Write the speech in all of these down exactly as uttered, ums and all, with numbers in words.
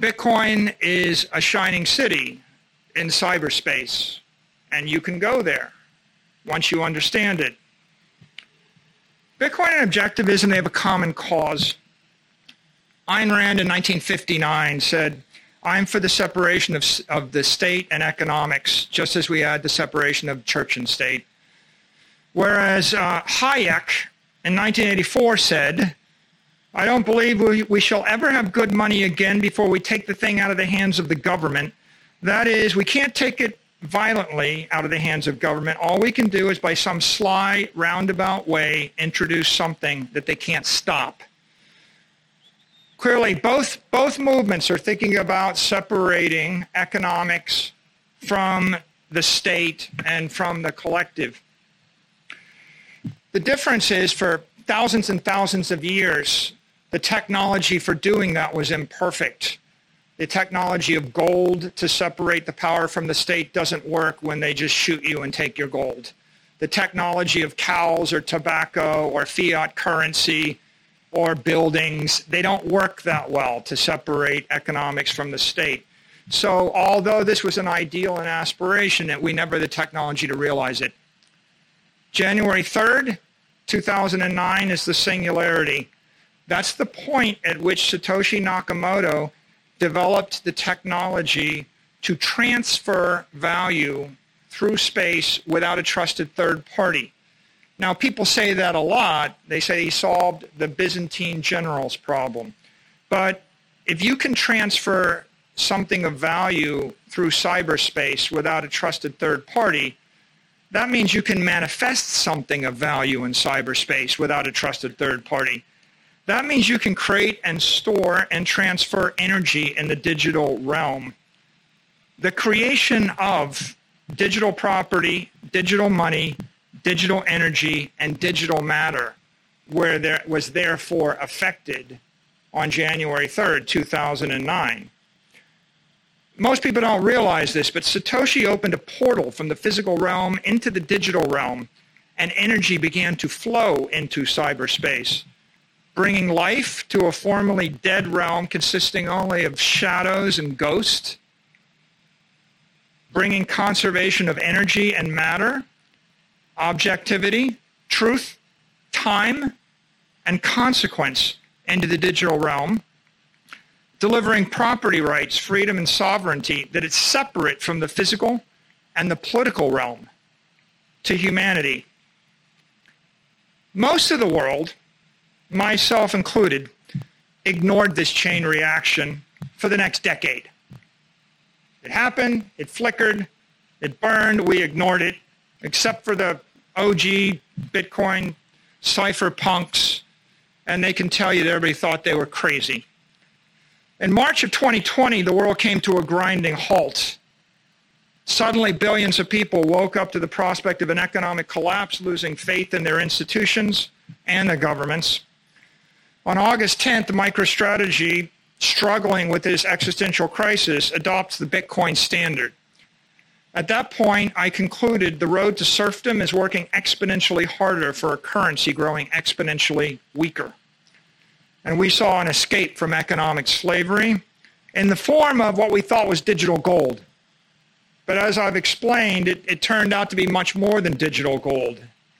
Bitcoin is a shining city in cyberspace, and you can go there once you understand it. Bitcoin and objectivism, they have a common cause. Ayn Rand in nineteen fifty-nine said, "I'm for the separation of, of the state and economics, just as we had the separation of church and state." Whereas uh, Hayek in nineteen eighty-four said, "I don't believe we, we shall ever have good money again before we take the thing out of the hands of the government. That is, we can't take it violently out of the hands of government. All we can do is by some sly, roundabout way introduce something that they can't stop." Clearly, both, both movements are thinking about separating economics from the state and from the collective. The difference is, for thousands and thousands of years, the technology for doing that was imperfect. The technology of gold to separate the power from the state doesn't work when they just shoot you and take your gold. The technology of cows or tobacco or fiat currency or buildings, they don't work that well to separate economics from the state. So although this was an ideal and aspiration, that we never had the technology to realize it. January third, two thousand nine is the singularity. That's the point at which Satoshi Nakamoto developed the technology to transfer value through space without a trusted third party. Now, people say that a lot. They say he solved the Byzantine generals problem. But if you can transfer something of value through cyberspace without a trusted third party, that means you can manifest something of value in cyberspace without a trusted third party. That means you can create and store and transfer energy in the digital realm. The creation of digital property, digital money, digital energy, and digital matter where there was therefore affected on January third, two thousand nine. Most people don't realize this, but Satoshi opened a portal from the physical realm into the digital realm, and energy began to flow into cyberspace, bringing life to a formerly dead realm consisting only of shadows and ghosts, bringing conservation of energy and matter, objectivity, truth, time, and consequence into the digital realm, delivering property rights, freedom, and sovereignty that is separate from the physical and the political realm to humanity. Most of the world, myself included, ignored this chain reaction for the next decade. It happened, it flickered, it burned, we ignored it, except for the O G Bitcoin cypherpunks, and they can tell you that everybody thought they were crazy. In March of twenty twenty, the world came to a grinding halt. Suddenly, billions of people woke up to the prospect of an economic collapse, losing faith in their institutions and the governments. On August tenth, MicroStrategy, struggling with this existential crisis, adopts the Bitcoin standard. At that point, I concluded the road to serfdom is working exponentially harder for a currency growing exponentially weaker. And we saw an escape from economic slavery in the form of what we thought was digital gold. But as I've explained, it, it turned out to be much more than digital gold.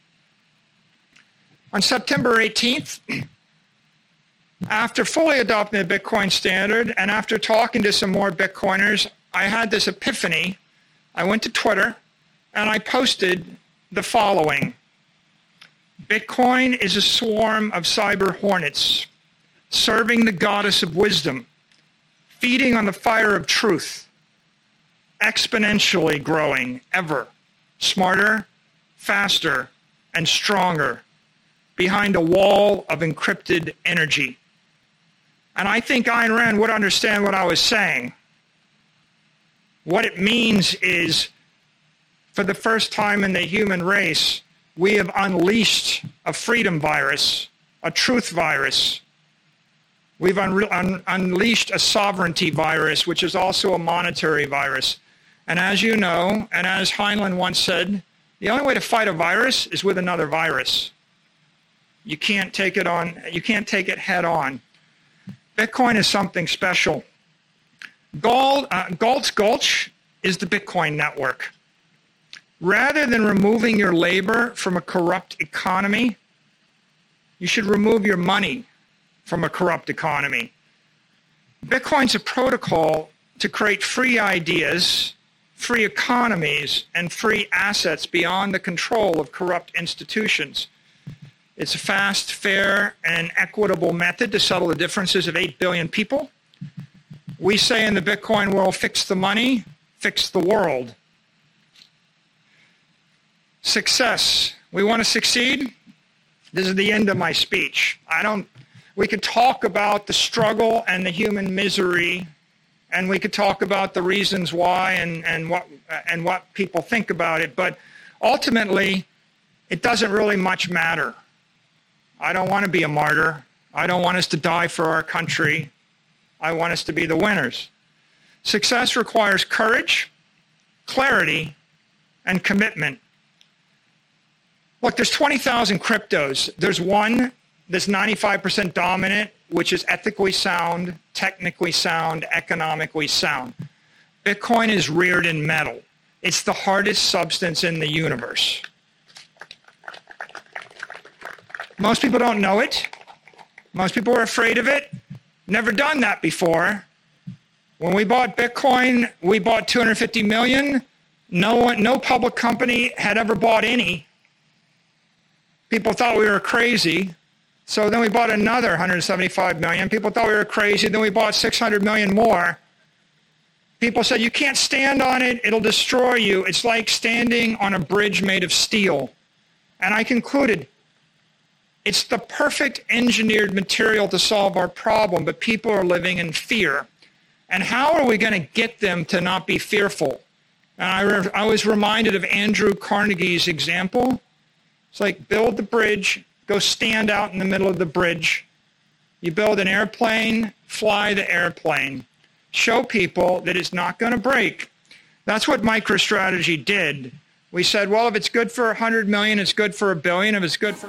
On September eighteenth, after fully adopting the Bitcoin standard and after talking to some more Bitcoiners, I had this epiphany. I went to Twitter and I posted the following. Bitcoin is a swarm of cyber hornets, serving the goddess of wisdom, feeding on the fire of truth, exponentially growing ever, smarter, faster, and stronger, behind a wall of encrypted energy. And I think Ayn Rand would understand what I was saying. What it means is, for the first time in the human race, we have unleashed a freedom virus, a truth virus. We've un- un- unleashed a sovereignty virus, which is also a monetary virus. And as you know, and as Heinlein once said, the only way to fight a virus is with another virus. You can't take it on, you can't take it head on. Bitcoin is something special. Galt, uh, Galt's Gulch is the Bitcoin network. Rather than removing your labor from a corrupt economy, you should remove your money from a corrupt economy. Bitcoin's a protocol to create free ideas, free economies, and free assets beyond the control of corrupt institutions. It's a fast, fair, and equitable method to settle the differences of eight billion people. We say in the Bitcoin world, fix the money, fix the world. Success. We want to succeed? This is the end of my speech. I don't, we could talk about the struggle and the human misery, and we could talk about the reasons why and, and what and what people think about it, but ultimately, it doesn't really much matter. I don't want to be a martyr. I don't want us to die for our country. I want us to be the winners. Success requires courage, clarity, and commitment. Look, there's twenty thousand cryptos. There's one that's ninety-five percent dominant, which is ethically sound, technically sound, economically sound. Bitcoin is reared in metal. It's the hardest substance in the universe. Most people don't know it. Most people are afraid of it. Never done that before. When we bought Bitcoin, we bought two hundred fifty million. No one, no public company had ever bought any. People thought we were crazy. So then we bought another one hundred seventy-five million. People thought we were crazy. Then we bought six hundred million more. People said, you can't stand on it. It'll destroy you. It's like standing on a bridge made of steel. And I concluded, it's the perfect engineered material to solve our problem, but people are living in fear. And how are we going to get them to not be fearful? And I, re- I was reminded of Andrew Carnegie's example. It's like build the bridge, go stand out in the middle of the bridge. You build an airplane, fly the airplane. Show people that it's not going to break. That's what MicroStrategy did. We said, well, if it's good for one hundred million, it's good for a billion. If it's good for...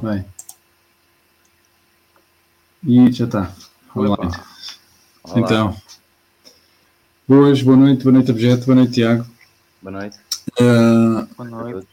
Bem. E já está. Online. Olá. Então. Boas, boa noite, boa noite, Objeto, boa noite, Tiago. Boa noite. Uh, Boa noite.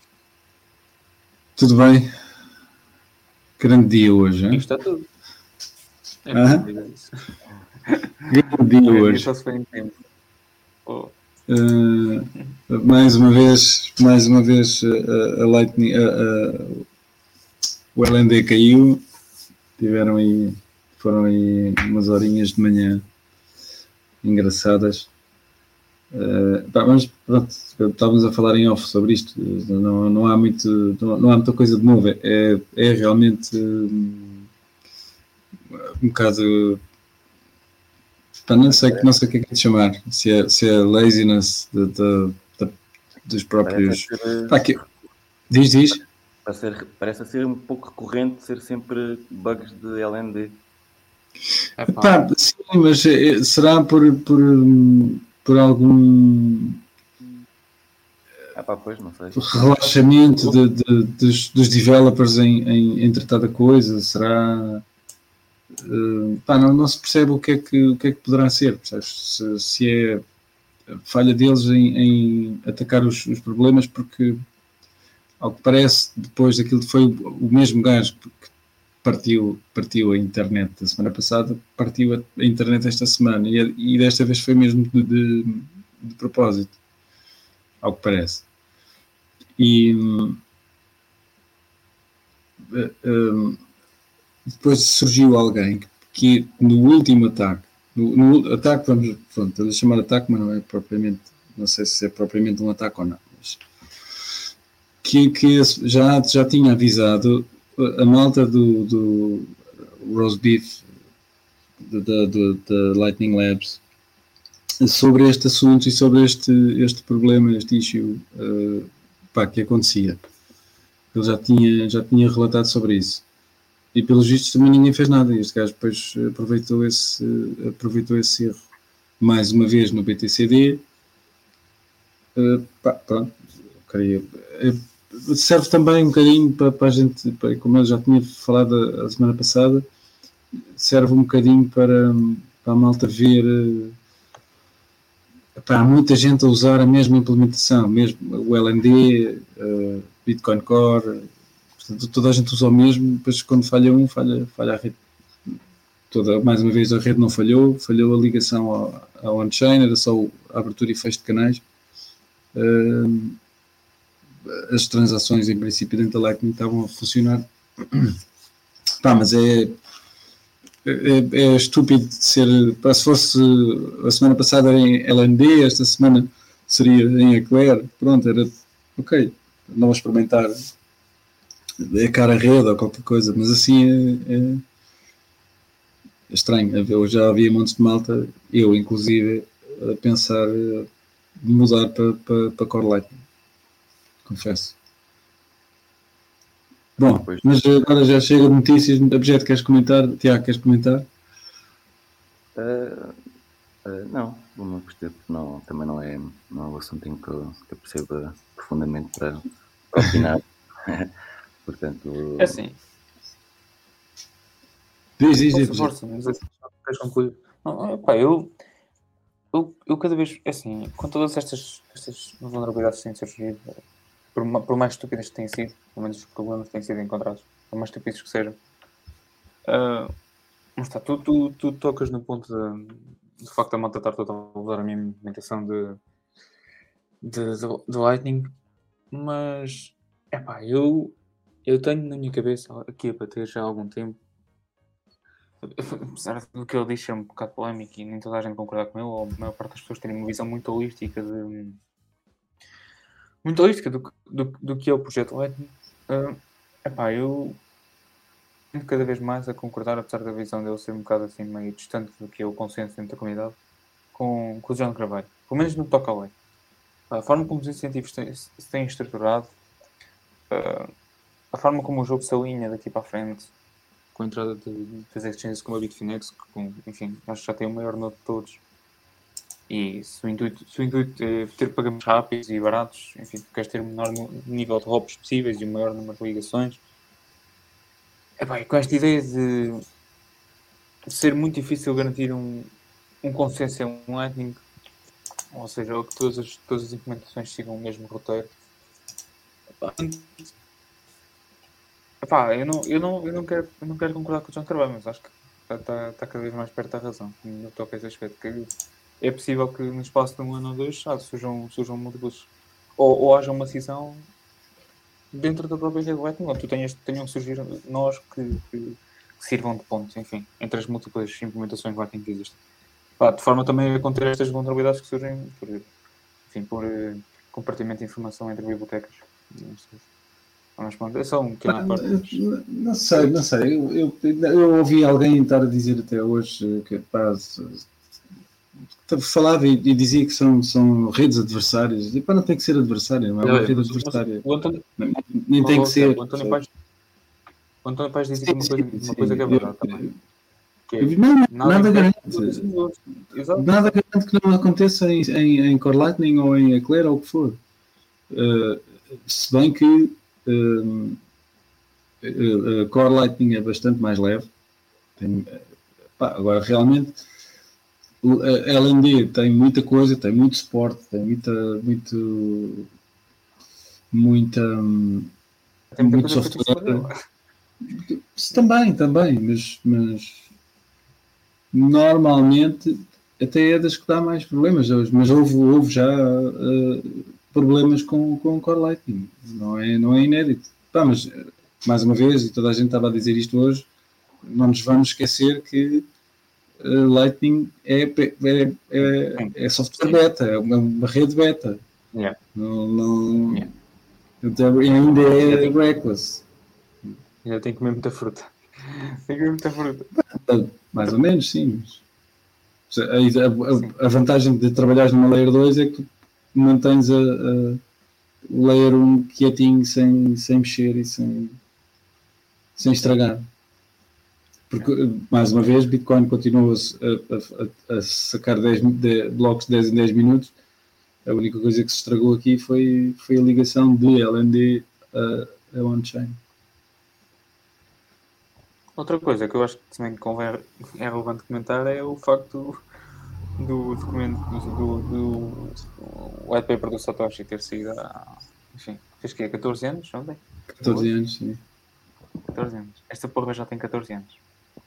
Tudo bem? Grande dia hoje, hein? Isto está tudo. É Ah? isso. Grande dia hoje. Só se foi em tempo. Oh. Uh, mais uma vez, mais uma vez uh, a Lightning, uh, uh, o L N D caiu. Tiveram aí, foram aí umas horinhas de manhã engraçadas. Uh, pá, mas pronto, estávamos a falar em off sobre isto. Não, não há muito, não, não há muita coisa de novo. É, é realmente um, um bocado. Pá, não sei, não sei o que é que é de chamar. Se é, se é laziness de, de, de, dos próprios. Ser, pá, que, diz, diz. Parece ser, parece ser um pouco recorrente ser sempre bugs de L N D. É pá, sim, mas será por, por, por algum ah, pá, pois, não sei. relaxamento de, de, dos, dos developers em, em, em tratar da coisa? Será? Uh, pá, não, não se percebe o que é que, o que, é que poderá ser, se, se é falha deles em, em atacar os, os problemas, porque ao que parece, depois daquilo que foi o mesmo gajo que partiu, partiu a internet da semana passada, partiu a, a internet esta semana, e, e desta vez foi mesmo de, de, de propósito, ao que parece. E um, um, depois surgiu alguém que, que no último ataque, no, no ataque, vamos, pronto, a chamar ataque, mas não é propriamente, não sei se é propriamente um ataque ou não, mas que, que já, já tinha avisado a malta do, do Roast Beef da Lightning Labs sobre este assunto e sobre este, este problema, este issue uh, pá, que acontecia. Ele já tinha, já tinha relatado sobre isso. E pelos vistos também ninguém fez nada. E este gajo depois aproveitou esse, aproveitou esse erro mais uma vez no B T C D. Uh, pá, pronto, queria... Uh, serve também um bocadinho para, para a gente, para, como eu já tinha falado a, a semana passada, serve um bocadinho para, para a malta ver. Uh, Epá, há muita gente a usar a mesma implementação, mesmo o L N D, uh, Bitcoin Core, portanto, toda a gente usa o mesmo, depois quando falha um, falha, falha a rede toda. Mais uma vez a rede não falhou, falhou a ligação ao, ao on-chain, era só a abertura e fecho de canais. Uh, as transações em princípio dentro da Lightning estavam a funcionar. Pá, mas é É, é estúpido de ser. Se fosse a semana passada era em L N D, esta semana seria em Eclair. Pronto, era ok. Não vou experimentar a cara rede ou qualquer coisa, mas assim é, é, é estranho. Eu já havia montes de malta, eu inclusive, a pensar mudar para, para, para Core Lightning. Confesso. Bom, pois. Mas agora já chega de notícias. Objeto, queres comentar? Tiago, queres comentar? Uh, uh, não, não percebo. Não, também não é, não é um assunto em que eu, que eu perceba profundamente para, para opinar. Portanto... É assim. Diz, diz, diz. Força, mas assim, não, pá, eu, eu, eu cada vez, é assim, com todas estas, estas vulnerabilidades que têm surgido, por, por mais estúpidas que têm sido, pelo menos os problemas que têm sido encontrados, por mais estúpidos que sejam, uh, mas está, tu, tu, tu tocas no ponto de, do facto da malta estar toda a usar a minha implementação de, de, de, de Lightning, mas, é pá, eu, eu tenho na minha cabeça, aqui a bater já há algum tempo, apesar do que ele disse é um bocado polémico e nem toda a gente concordar com ele, ou a maior parte das pessoas terem uma visão muito holística de muito holística do, do, do que é o projeto Lightning. Uh, epá, eu sinto cada vez mais a concordar, apesar da visão dele ser um bocado assim meio distante do que é o consenso dentro da comunidade, com, com o João Carvalho, pelo menos no que toca ao Lightning. A forma como os incentivos têm, se têm estruturado, uh, a forma como o jogo se alinha daqui para a frente, com a entrada de, das exchanges como a Bitfinex, que, com, enfim, acho que já tem o maior node de todos. E se o intuito, se o intuito é ter pagamentos rápidos e baratos, enfim, tu queres ter o menor nível de hops possíveis e o maior número de ligações, É bem, com esta ideia de ser muito difícil garantir um, um consenso em um Lightning, ou seja, que todas as, todas as implementações sigam o mesmo roteiro. Epá, epá, eu, não, eu, não, eu, não quero, eu não quero concordar com o John Carvalho, mas acho que está, está, está cada vez mais perto da razão no que toca a esse aspecto. Que é possível que no espaço de um ano ou dois ah, surjam, surjam múltiplos, ou, ou haja uma cisão dentro da própria rede Lightning, ou tu tenhas, tenham que surgir nós que, que, que sirvam de pontos, enfim, entre as múltiplas implementações Lightning que existem. Pá, de forma também a conter estas vulnerabilidades que surgem por, enfim, por uh, compartimento de informação entre bibliotecas. Não sei. Mas pronto, é só um pequeno à parte. Mas... Não sei, não sei. Eu, eu, eu ouvi alguém estar a dizer até hoje que pá, falava e, e dizia que são, são redes adversárias. E pá, não tem que ser adversária, não é uma é, rede mas, adversária. Mas, António, nem, nem tem que ser. O António Paz, o António Paz diz aqui uma, coisa, sim, uma coisa que é verdade eu, também. Que é, não, nada, nada garante. Exato. Nada garante que não aconteça em, em, em Core Lightning ou em Eclair ou o que for. Uh, se bem que uh, uh, Core Lightning é bastante mais leve. Tem, pá, agora, realmente, a L N D tem muita coisa, tem muito suporte, tem muita, muito, muita, tem muita muito software. Também, também, mas, mas normalmente até é das que dá mais problemas, mas houve, houve já uh, problemas com, com o Core Lightning, não é, não é inédito. Pá, mas, mais uma vez, e toda a gente estava a dizer isto hoje, não nos vamos esquecer que uh, Lightning é, é, é, é software beta, é uma, uma rede beta. Yeah. Não, não, yeah. Então, ainda é reckless. Já tem que comer muita fruta. Tem que comer muita fruta. Mais ou menos, sim. A, a, a vantagem de trabalhar numa Layer dois é que tu mantens a, a Layer um quietinho, sem, sem mexer e sem, sem estragar. Porque, mais uma vez, Bitcoin continua a, a, a sacar dez, de, blocos de dez em dez minutos. A única coisa que se estragou aqui foi, foi a ligação de L N D a, a on-chain. Outra coisa que eu acho que também convém, é relevante comentar é o facto do documento do, do, do white paper do Satoshi ter saído há, enfim, fez que é catorze anos, não tem? catorze anos, sim. catorze anos. Esta porra já tem catorze anos.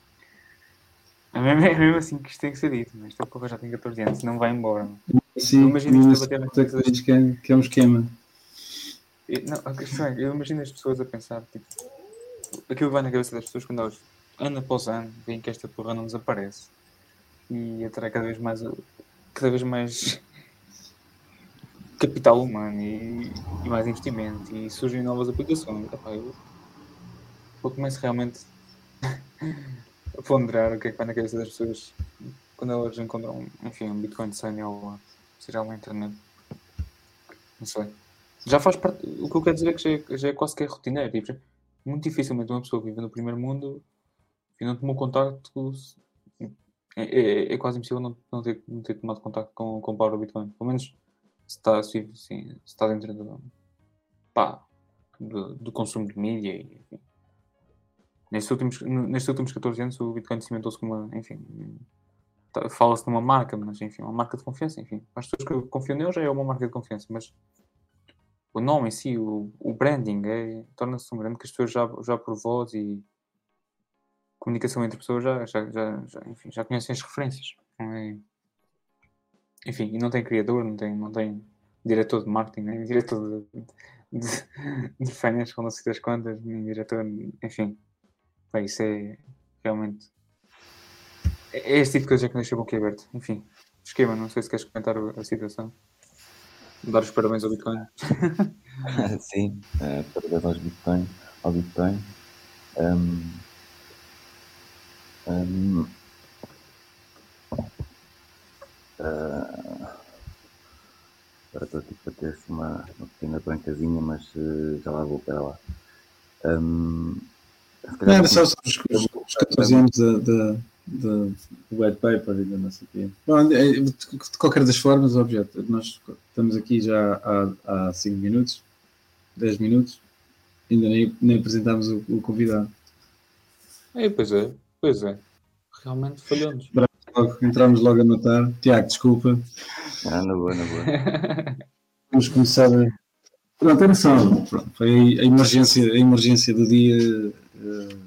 É mesmo, é mesmo assim que isto tem que ser dito, mas esta porra já tem catorze anos, não vai embora. Sim, imagina isto a bater na cabeça das... que, é, que é um esquema. Não, a questão é, eu imagino as pessoas a pensar, tipo, aquilo vai na cabeça das pessoas quando elas, ano após ano, veem que esta porra não desaparece e atrai cada vez mais cada vez mais capital humano e, e mais investimento e surgem novas aplicações. Epá, eu, eu começo realmente a ponderar o que é que vai na cabeça das pessoas quando elas encontram, enfim, um Bitcoin cem ou seja uma internet. Não sei. Já faz parte, o que eu quero dizer é que já é, já é quase que é rotineiro. Tipo, muito dificilmente uma pessoa que vive no primeiro mundo e não tomou contacto, é, é, é quase impossível não, não, ter, não ter tomado contacto com, com o Power Bitcoin. Pelo menos se está, se, se está dentro do, pá, do, do consumo de mídia. E, enfim. Nestes últimos, nestes últimos catorze anos o Bitcoin cimentou-se como uma, enfim, fala-se de uma marca, mas enfim, uma marca de confiança. Enfim, as pessoas que confiam nele já é uma marca de confiança, mas o nome em si, o, o branding, é, torna-se um brand que as pessoas já, já por voz e comunicação entre pessoas já, já, já, já, enfim, já conhecem as referências. Não é? Enfim, e não tem criador, não tem, não tem diretor de marketing, nem diretor de, de, de finance, com não sei das quantas, nem diretor, enfim. Bem, isso é realmente... É este tipo de coisa que me deixa boquiaberto. Enfim, esquema, não sei se queres comentar a situação. Dar os parabéns ao Bitcoin. Sim, uh, parabéns aos Bitcoin, ao Bitcoin. Um, um, uh, agora estou aqui para ter assim uma, uma pequena brancazinha, mas uh, já lá vou para lá. Um, não, era só sobre os, os catorze anos do white paper e da não sei o quê. Bom, de qualquer das formas, objeto, nós estamos aqui já há, há cinco minutos, dez minutos, ainda nem, nem apresentámos o, o convidado. É, pois é, pois é. Realmente falhou-nos. Logo, entramos logo a notar. Tiago, desculpa. Ah, na boa, na boa. Vamos começar a... Pronto, era só. Pronto, foi a emergência, a emergência do dia. Uh,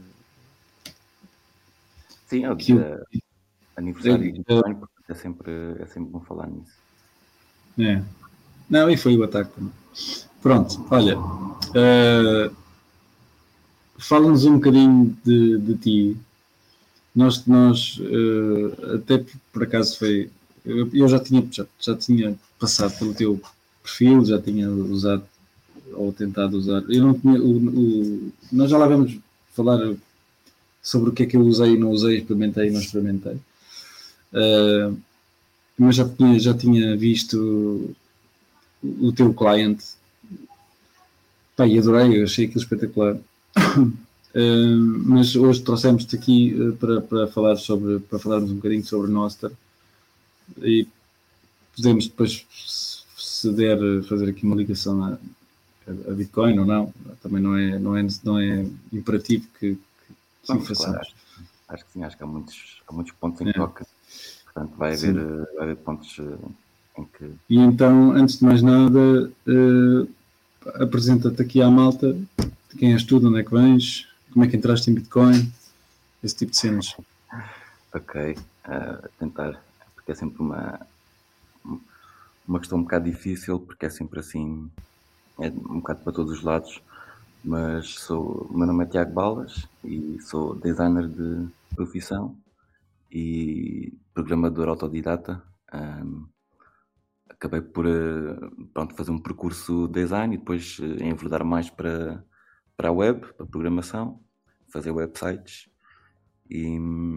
Sim, é o que dia aniversário eu- de Bitcoin, porque é sempre, é sempre bom falar nisso. É. Não, e foi o ataque também. Pronto, olha. Uh, fala-nos um bocadinho de, de ti. Nós, nós uh, até por acaso foi. Eu, eu já, tinha, já, já tinha passado pelo teu perfil, já tinha usado ou tentado usar. Eu não tinha. O, o, nós já lá vamos falar sobre o que é que eu usei e não usei, experimentei e não experimentei. Uh, mas já tinha, já tinha visto o, o teu client. Pá, e adorei, eu achei aquilo espetacular. Uh, mas hoje trouxemos-te aqui uh, para, para falar sobre, para falarmos um bocadinho sobre Nostr e podemos depois, se der, fazer aqui uma ligação a, a Bitcoin ou não. Também não é, não é, não é imperativo que, que, que o façamos. Claro, acho, acho que sim, acho que há muitos, há muitos pontos em É. troca. Portanto, vai haver, vai haver pontos uh, em que. E então, antes de mais nada, uh, apresenta-te aqui à malta. Quem és tu, de onde é que vens, como é que entraste em Bitcoin, esse tipo de cenas. Ok, uh, tentar, porque é sempre uma, uma questão um bocado difícil, porque é sempre assim, é um bocado para todos os lados, mas sou, o meu nome é Tiago Balas e sou designer de profissão e programador autodidata. Um, acabei por uh, pronto, fazer um percurso design e depois uh, enverdar mais para, para a web, para a programação, fazer websites e,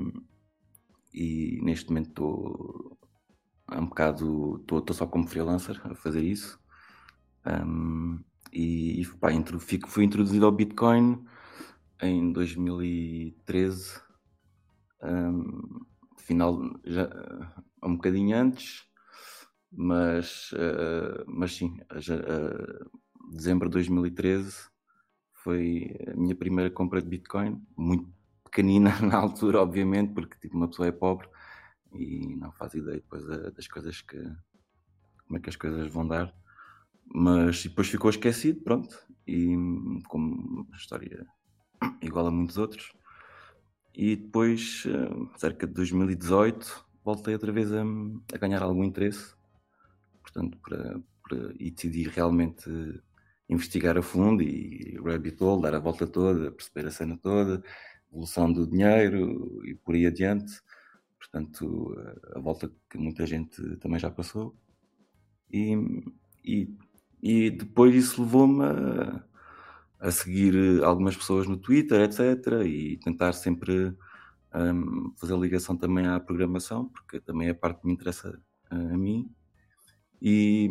e neste momento estou um bocado, estou só como freelancer a fazer isso. Um, e pá, fico, fui introduzido ao Bitcoin em dois mil e treze, um, final, já, um bocadinho antes, mas, uh, mas sim, já, uh, dezembro de dois mil e treze foi a minha primeira compra de Bitcoin, muito pequenina na altura, obviamente, porque tipo, uma pessoa é pobre e não faz ideia depois das coisas que, como é que as coisas vão dar, mas depois ficou esquecido, pronto, e como uma história igual a muitos outros. E depois, cerca de dois mil e dezoito, voltei outra vez a, a ganhar algum interesse, portanto, para, para, e decidi realmente investigar a fundo e rabbit hole, dar a volta toda, perceber a cena toda, evolução do dinheiro e por aí adiante. Portanto, a volta que muita gente também já passou. E, e, e depois isso levou-me a, a seguir algumas pessoas no Twitter, etcétera. E tentar sempre um, fazer ligação também à programação, porque também é a parte que me interessa a, a mim. E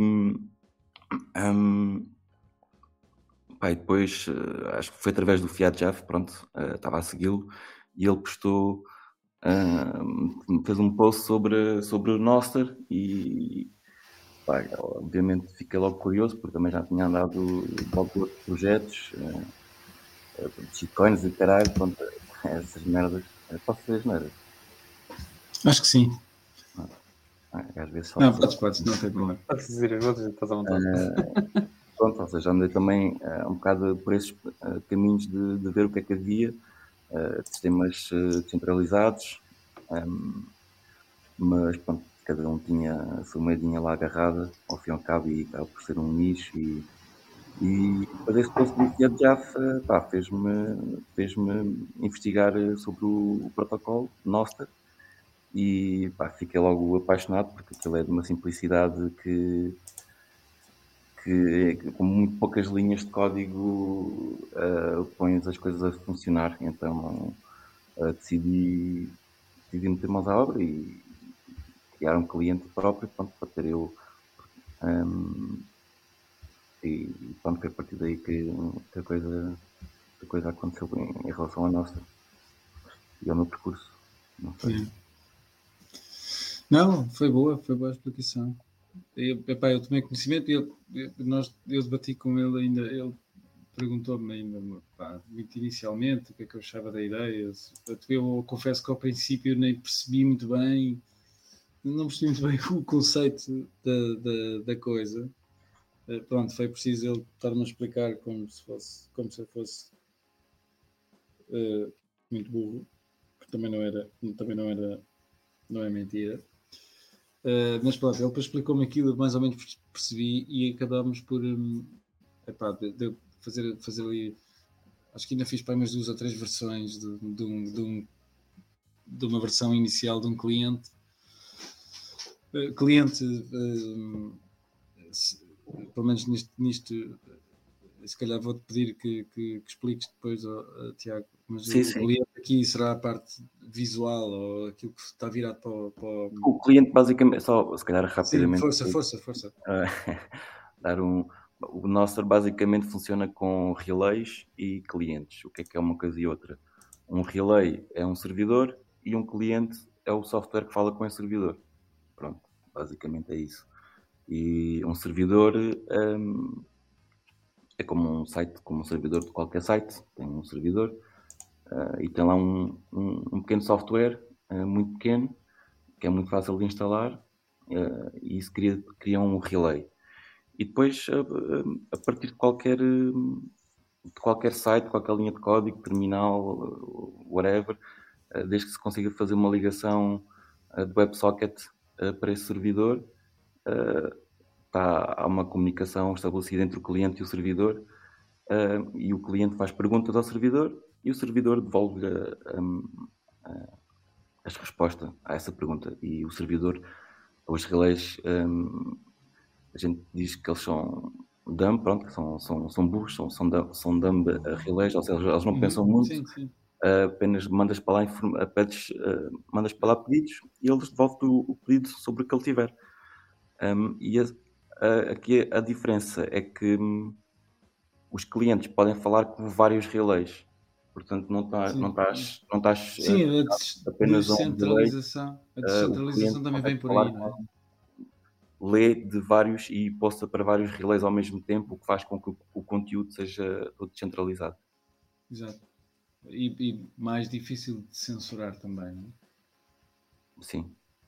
um, pá, e depois, uh, acho que foi através do Fiat Jeff, pronto, uh, estava a segui-lo e ele postou, uh, fez um post sobre, sobre o Nostr e pá, obviamente fiquei logo curioso porque também já tinha andado de outros projetos, uh, uh, shitcoins e caralho, pronto, essas merdas. Uh, posso fazer as merdas? Acho que sim. Ah, às vezes só não, podes, podes, não tem problema. Podes dizer as outras, estás à vontade. Uh, pronto, ou seja, andei também uh, um bocado por esses uh, caminhos de, de ver o que é que havia, uh, de sistemas uh, descentralizados, um, mas pronto, cada um tinha a sua moedinha lá agarrada, ao fim e ao cabo, e acaba por ser um nicho. E, e fazer esse post do Fiat Jaf uh, fez-me fez-me investigar sobre o, o protocolo Nostr. E pá, fiquei logo apaixonado porque aquilo é de uma simplicidade que, que com muito poucas linhas de código uh, pões as coisas a funcionar. Então uh, decidi, decidi meter mãos à obra e criar um cliente próprio, pronto, para ter eu. Um, e pronto, foi a partir daí que, que, a, coisa, que a coisa aconteceu em, em relação à nossa e ao meu percurso. Não sei. É. Não, foi boa, foi boa a explicação. Eu, epá, eu tomei conhecimento e eu, eu, nós, eu debati com ele ainda. Ele perguntou-me ainda, pá, muito inicialmente o que é que eu achava da ideia. Eu confesso que ao princípio nem percebi muito bem, não percebi muito bem o conceito da, da, da coisa. Pronto, foi preciso ele estar-me a explicar como se fosse, como se eu fosse uh, muito burro, que também não era, também não era, não é mentira. Uh, mas pronto, ele depois explicou-me aquilo, mais ou menos percebi, e acabámos por um, epá, de, de fazer, fazer ali, acho que ainda fiz para umas duas ou três versões de, de, um, de, um, de uma versão inicial de um cliente. Uh, cliente, uh, se, pelo menos nisto, nisto, se calhar vou-te pedir que, que, que expliques depois, oh, uh, Tiago, mas Sim, o sim. cliente aqui será a parte visual ou aquilo que está virado para o... Para o... O cliente basicamente, só se calhar rapidamente... Sim, força, força, força. Uh, dar um... O Nostr basicamente funciona com relays e clientes. O que é que é uma coisa e outra? Um relay é um servidor e um cliente é o software que fala com esse servidor. Pronto, basicamente é isso. E um servidor um, é como um site, como um servidor de qualquer site. Tem um servidor uh, e tem lá um, um, um pequeno software uh, muito pequeno, que é muito fácil de instalar, uh, e isso cria, cria um relay. E depois, uh, a partir de qualquer, uh, de qualquer site, qualquer linha de código, terminal, uh, whatever, uh, desde que se consiga fazer uma ligação uh, de WebSocket uh, para esse servidor, uh, tá, há uma comunicação estabelecida entre o cliente e o servidor, uh, e o cliente faz perguntas ao servidor e o servidor devolve um, uh, a resposta a essa pergunta. E o servidor, os relés, um, a gente diz que eles são dumb, pronto, que são, são, são burros, são, são, dumb, são dumb relés, ou seja, eles não uhum, pensam muito, sim, sim. Uh, apenas mandas para lá, informa, pedes, uh, mandas para lá pedidos e eles devolvem o, o pedido sobre o que ele tiver. Um, e a, a, aqui a diferença é que um, os clientes podem falar com vários relés. Portanto, não, tá, não estás, não estás Sim, uh, a apenas descentralização, a descentralização uh, também vem por aí, não é? Lê de vários e posta para vários relés ao mesmo tempo, o que faz com que o, o conteúdo seja todo descentralizado. Exato. E, e mais difícil de censurar também, não é? Sim.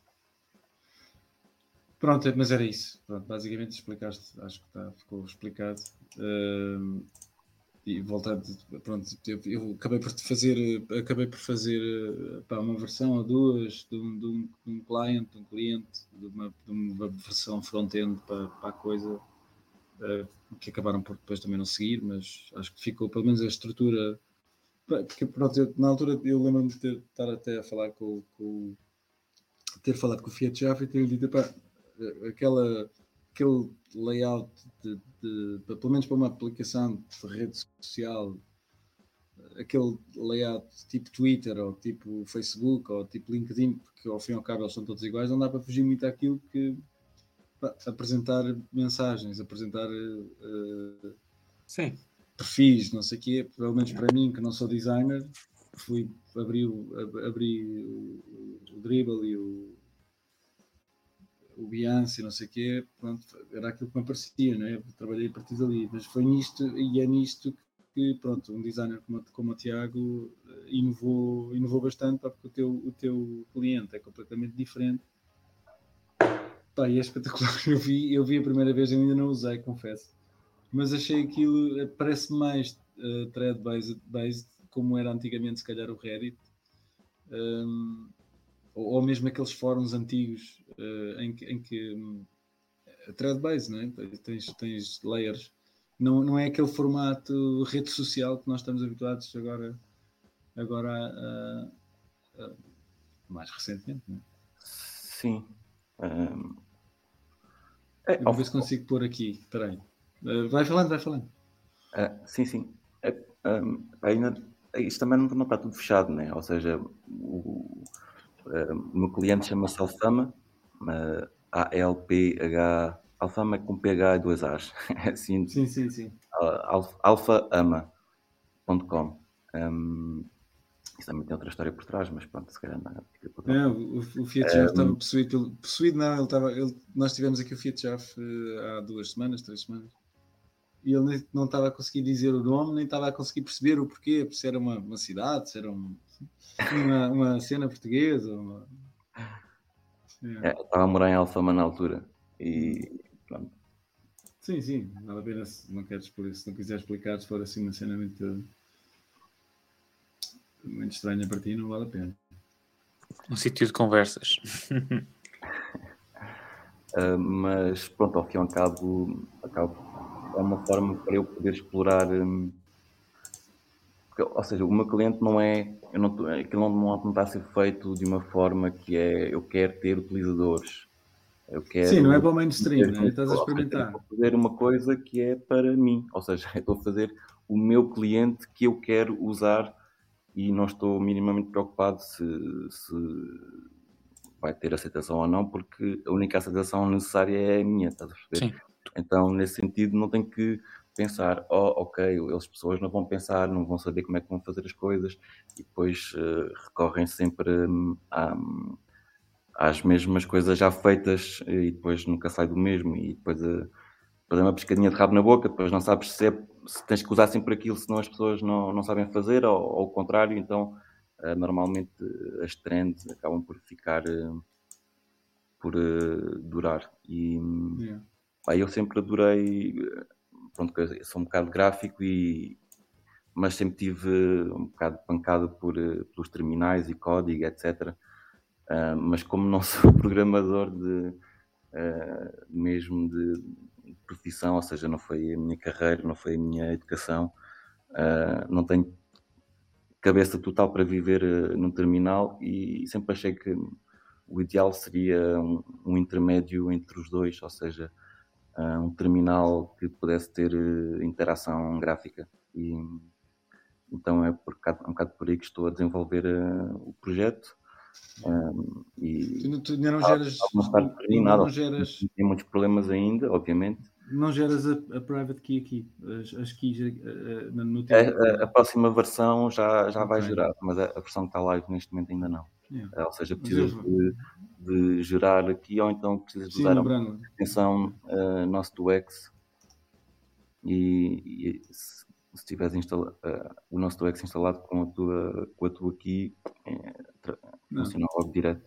Pronto, mas era isso. Pronto, basicamente explicaste, acho que está, ficou explicado. Uh, e voltando, pronto, eu, eu acabei por fazer, acabei por fazer pá, uma versão ou duas de um, de um, de um client, de um cliente, de uma, de uma versão front-end para, para a coisa, uh, que acabaram por depois também não seguir, mas acho que ficou pelo menos a estrutura. Porque pronto, eu, na altura eu lembro-me de ter, estar até a falar com, com ter falado com o Fiat Jaffa e ter dito, pá, aquela, aquele layout de, de, de, pelo menos para uma aplicação de rede social, aquele layout tipo Twitter ou tipo Facebook ou tipo LinkedIn, porque ao fim e ao cabo eles são todos iguais, não dá para fugir muito àquilo que pá, apresentar mensagens, apresentar uh, Sim. perfis, não sei o quê, pelo menos para mim que não sou designer, fui abri, abri o, o Dribbble e o o Beyoncé, não sei o quê, pronto, era aquilo que me aparecia, não é? Eu trabalhei a partir dali, mas foi nisto, e é nisto que, pronto, um designer como, como o Tiago inovou, inovou bastante, porque o teu, o teu cliente é completamente diferente. Pá, e é espetacular, eu vi, eu vi a primeira vez, eu ainda não usei, confesso, mas achei aquilo, parece mais uh, thread-based, based, como era antigamente, se calhar, o Reddit, um, ou mesmo aqueles fóruns antigos uh, em que, em que um, thread-based, não é? Tens, tens layers. Não, não é aquele formato rede social que nós estamos habituados agora, agora a, a, a, mais recentemente, não é? Sim. Um... É, Vamos ver se consigo pôr aqui. Espera aí. Uh, vai falando, vai falando. Uh, sim, sim. É, um, ainda, isto também não, não está tudo fechado, né? Ou seja, o, Uh, o meu cliente chama-se Alfama, uh, A L P H, Alfama é com P H e dois A's. Assim, sim, sim, sim. Uh, alfaama ponto com. Um, isso também tem outra história por trás, mas pronto, se calhar não. Não, o, o Fiat Jaf um, estava possuído, possuído não, ele estava, ele, nós tivemos aqui o Fiat Jaf uh, há duas semanas, três semanas, e ele não estava a conseguir dizer o nome, nem estava a conseguir perceber o porquê, se era uma, uma cidade, se era um, uma, uma cena portuguesa. Uma... É, estava a morar em Alfama na altura e pronto. Sim, sim, vale a pena se não queres por isso, se não quiser explicar, se for assim uma cena muito, muito estranha para ti, não vale a pena. Um sítio de conversas. Uh, mas pronto, ao fim e ao cabo, acabo, é uma forma para eu poder explorar. Um, porque, ou seja, o meu cliente não é. Eu não, aquilo não, não, não está a ser feito de uma forma que é. Eu quero ter utilizadores. Eu quero, sim, não é para o mainstream, né? Estás a seja, experimentar. Estou a fazer uma coisa que é para mim. Ou seja, eu estou a fazer o meu cliente que eu quero usar e não estou minimamente preocupado se. se vai ter aceitação ou não, porque a única aceitação necessária é a minha, estás a perceber? Sim. Então, nesse sentido, não tenho que pensar, oh, ok, as pessoas não vão pensar, não vão saber como é que vão fazer as coisas, e depois uh, recorrem sempre um, à, às mesmas coisas já feitas, e depois nunca sai do mesmo, e depois, uh, depois é uma pescadinha de rabo na boca, depois não sabes se, é, se tens que usar sempre aquilo, senão as pessoas não, não sabem fazer, ou, ou o contrário, então... Uh, normalmente as trends acabam por ficar uh, por uh, durar e Yeah. pá, eu sempre adorei, pronto, eu sou um bocado gráfico e mas sempre tive um bocado pancado por, uh, pelos terminais e código, etcétera. Uh, mas como não sou programador de uh, mesmo de, de profissão, ou seja, não foi a minha carreira, não foi a minha educação, uh, não tenho cabeça total para viver uh, num terminal e sempre achei que o ideal seria um, um intermédio entre os dois, ou seja, uh, um terminal que pudesse ter uh, interação gráfica. E, então é por, um bocado por aí que estou a desenvolver uh, o projeto. Um, e tu, tu ainda não geras, ainda não geras... Tem muitos problemas ainda, obviamente. Não geras a, a private key aqui, as, as keys uh, no teu... A, a, a próxima versão já, já okay. vai gerar, mas a, a versão que está live neste momento ainda não. Yeah. Uh, ou seja, precisas eu... de, de gerar aqui ou então precisas de usar a extensão uh, NoceDoX e, e se, se tiveres instala, uh, o NoceDoX instalado com a tua, com a tua key, uh, funciona logo direto.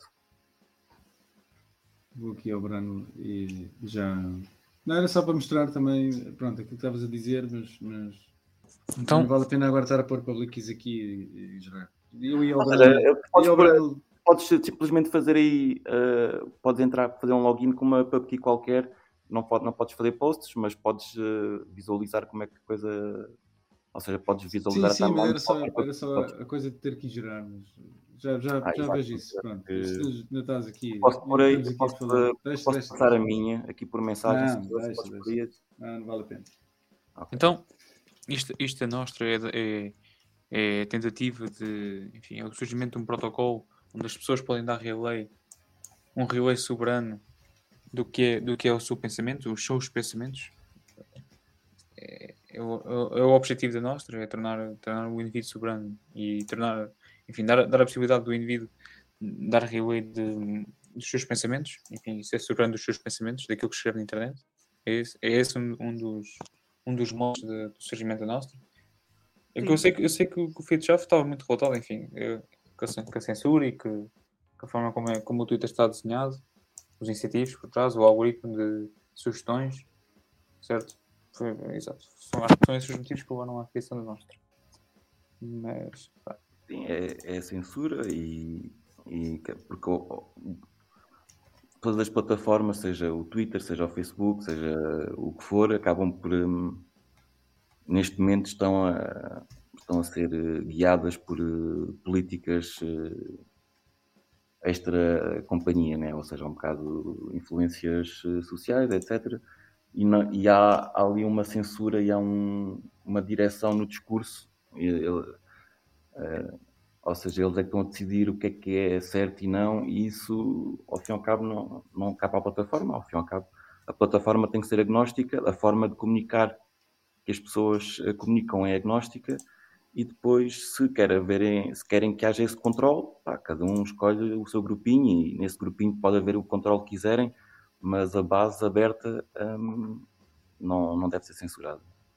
Vou aqui ao Brano e já... Não, era só para mostrar também, pronto, aquilo que estavas a dizer, mas, mas então... não vale a pena agora estar a pôr public keys aqui e, e gerar. Eu ia ao Brano... Seja, podes, Brano... podes simplesmente fazer aí, uh, podes entrar, fazer um login com uma public key qualquer, não, pode, não podes fazer posts, mas podes uh, visualizar como é que a coisa... Ou seja, podes visualizar... Sim, sim, mas era só, era só a coisa de ter que gerar, mas já, já, ah, já vejo isso, pronto. Que... Ainda estás aqui... Posso por aí, aqui posso, uh, deixa, posso deixa, passar deixa. a minha aqui por mensagem. Não, deixa, deixa. Não, não vale a pena. Okay. Então, isto, isto a Nostra é, é, é tentativa de... Enfim, é o surgimento de um protocolo onde as pessoas podem dar relay, um relay soberano do que é, do que é o seu pensamento, os seus pensamentos. É, é, o, é o objetivo da Nostra, é tornar, tornar o indivíduo soberano e tornar, enfim, dar, dar a possibilidade do indivíduo dar relay de, dos seus pensamentos, enfim, ser soberano dos seus pensamentos, daquilo que escreve na internet. É esse, é esse um, um, dos, um dos modos de, do surgimento da Nostra. É que eu sei que, eu sei que o FeedShaft estava muito revoltado, enfim, eu, com, a, com a censura e que, com a forma como, é, como o Twitter está desenhado, os incentivos por trás, o algoritmo de sugestões, certo? Foi, exato. São, acho que são esses os motivos que levaram à criação da Nostra. Mas, pá. Sim, é, é censura e, e porque o, todas as plataformas, seja o Twitter, seja o Facebook, seja o que for, acabam por um, neste momento estão a, estão a ser guiadas por uh, políticas uh, extra companhia, né? Ou seja, um bocado influências uh, sociais, etcétera. E, não, e há, há ali uma censura e há um, uma direção no discurso. Ele, uh, ou seja, eles é que estão a decidir o que é que é certo e não, e isso, ao fim e ao cabo, não, não cabe à plataforma. Ao fim e ao cabo, a plataforma tem que ser agnóstica, a forma de comunicar que as pessoas uh, comunicam é agnóstica, e depois, se, quer haver, se querem que haja esse controle, pá, cada um escolhe o seu grupinho, e nesse grupinho pode haver o controle que quiserem, mas a base aberta um, não, não deve ser censurada.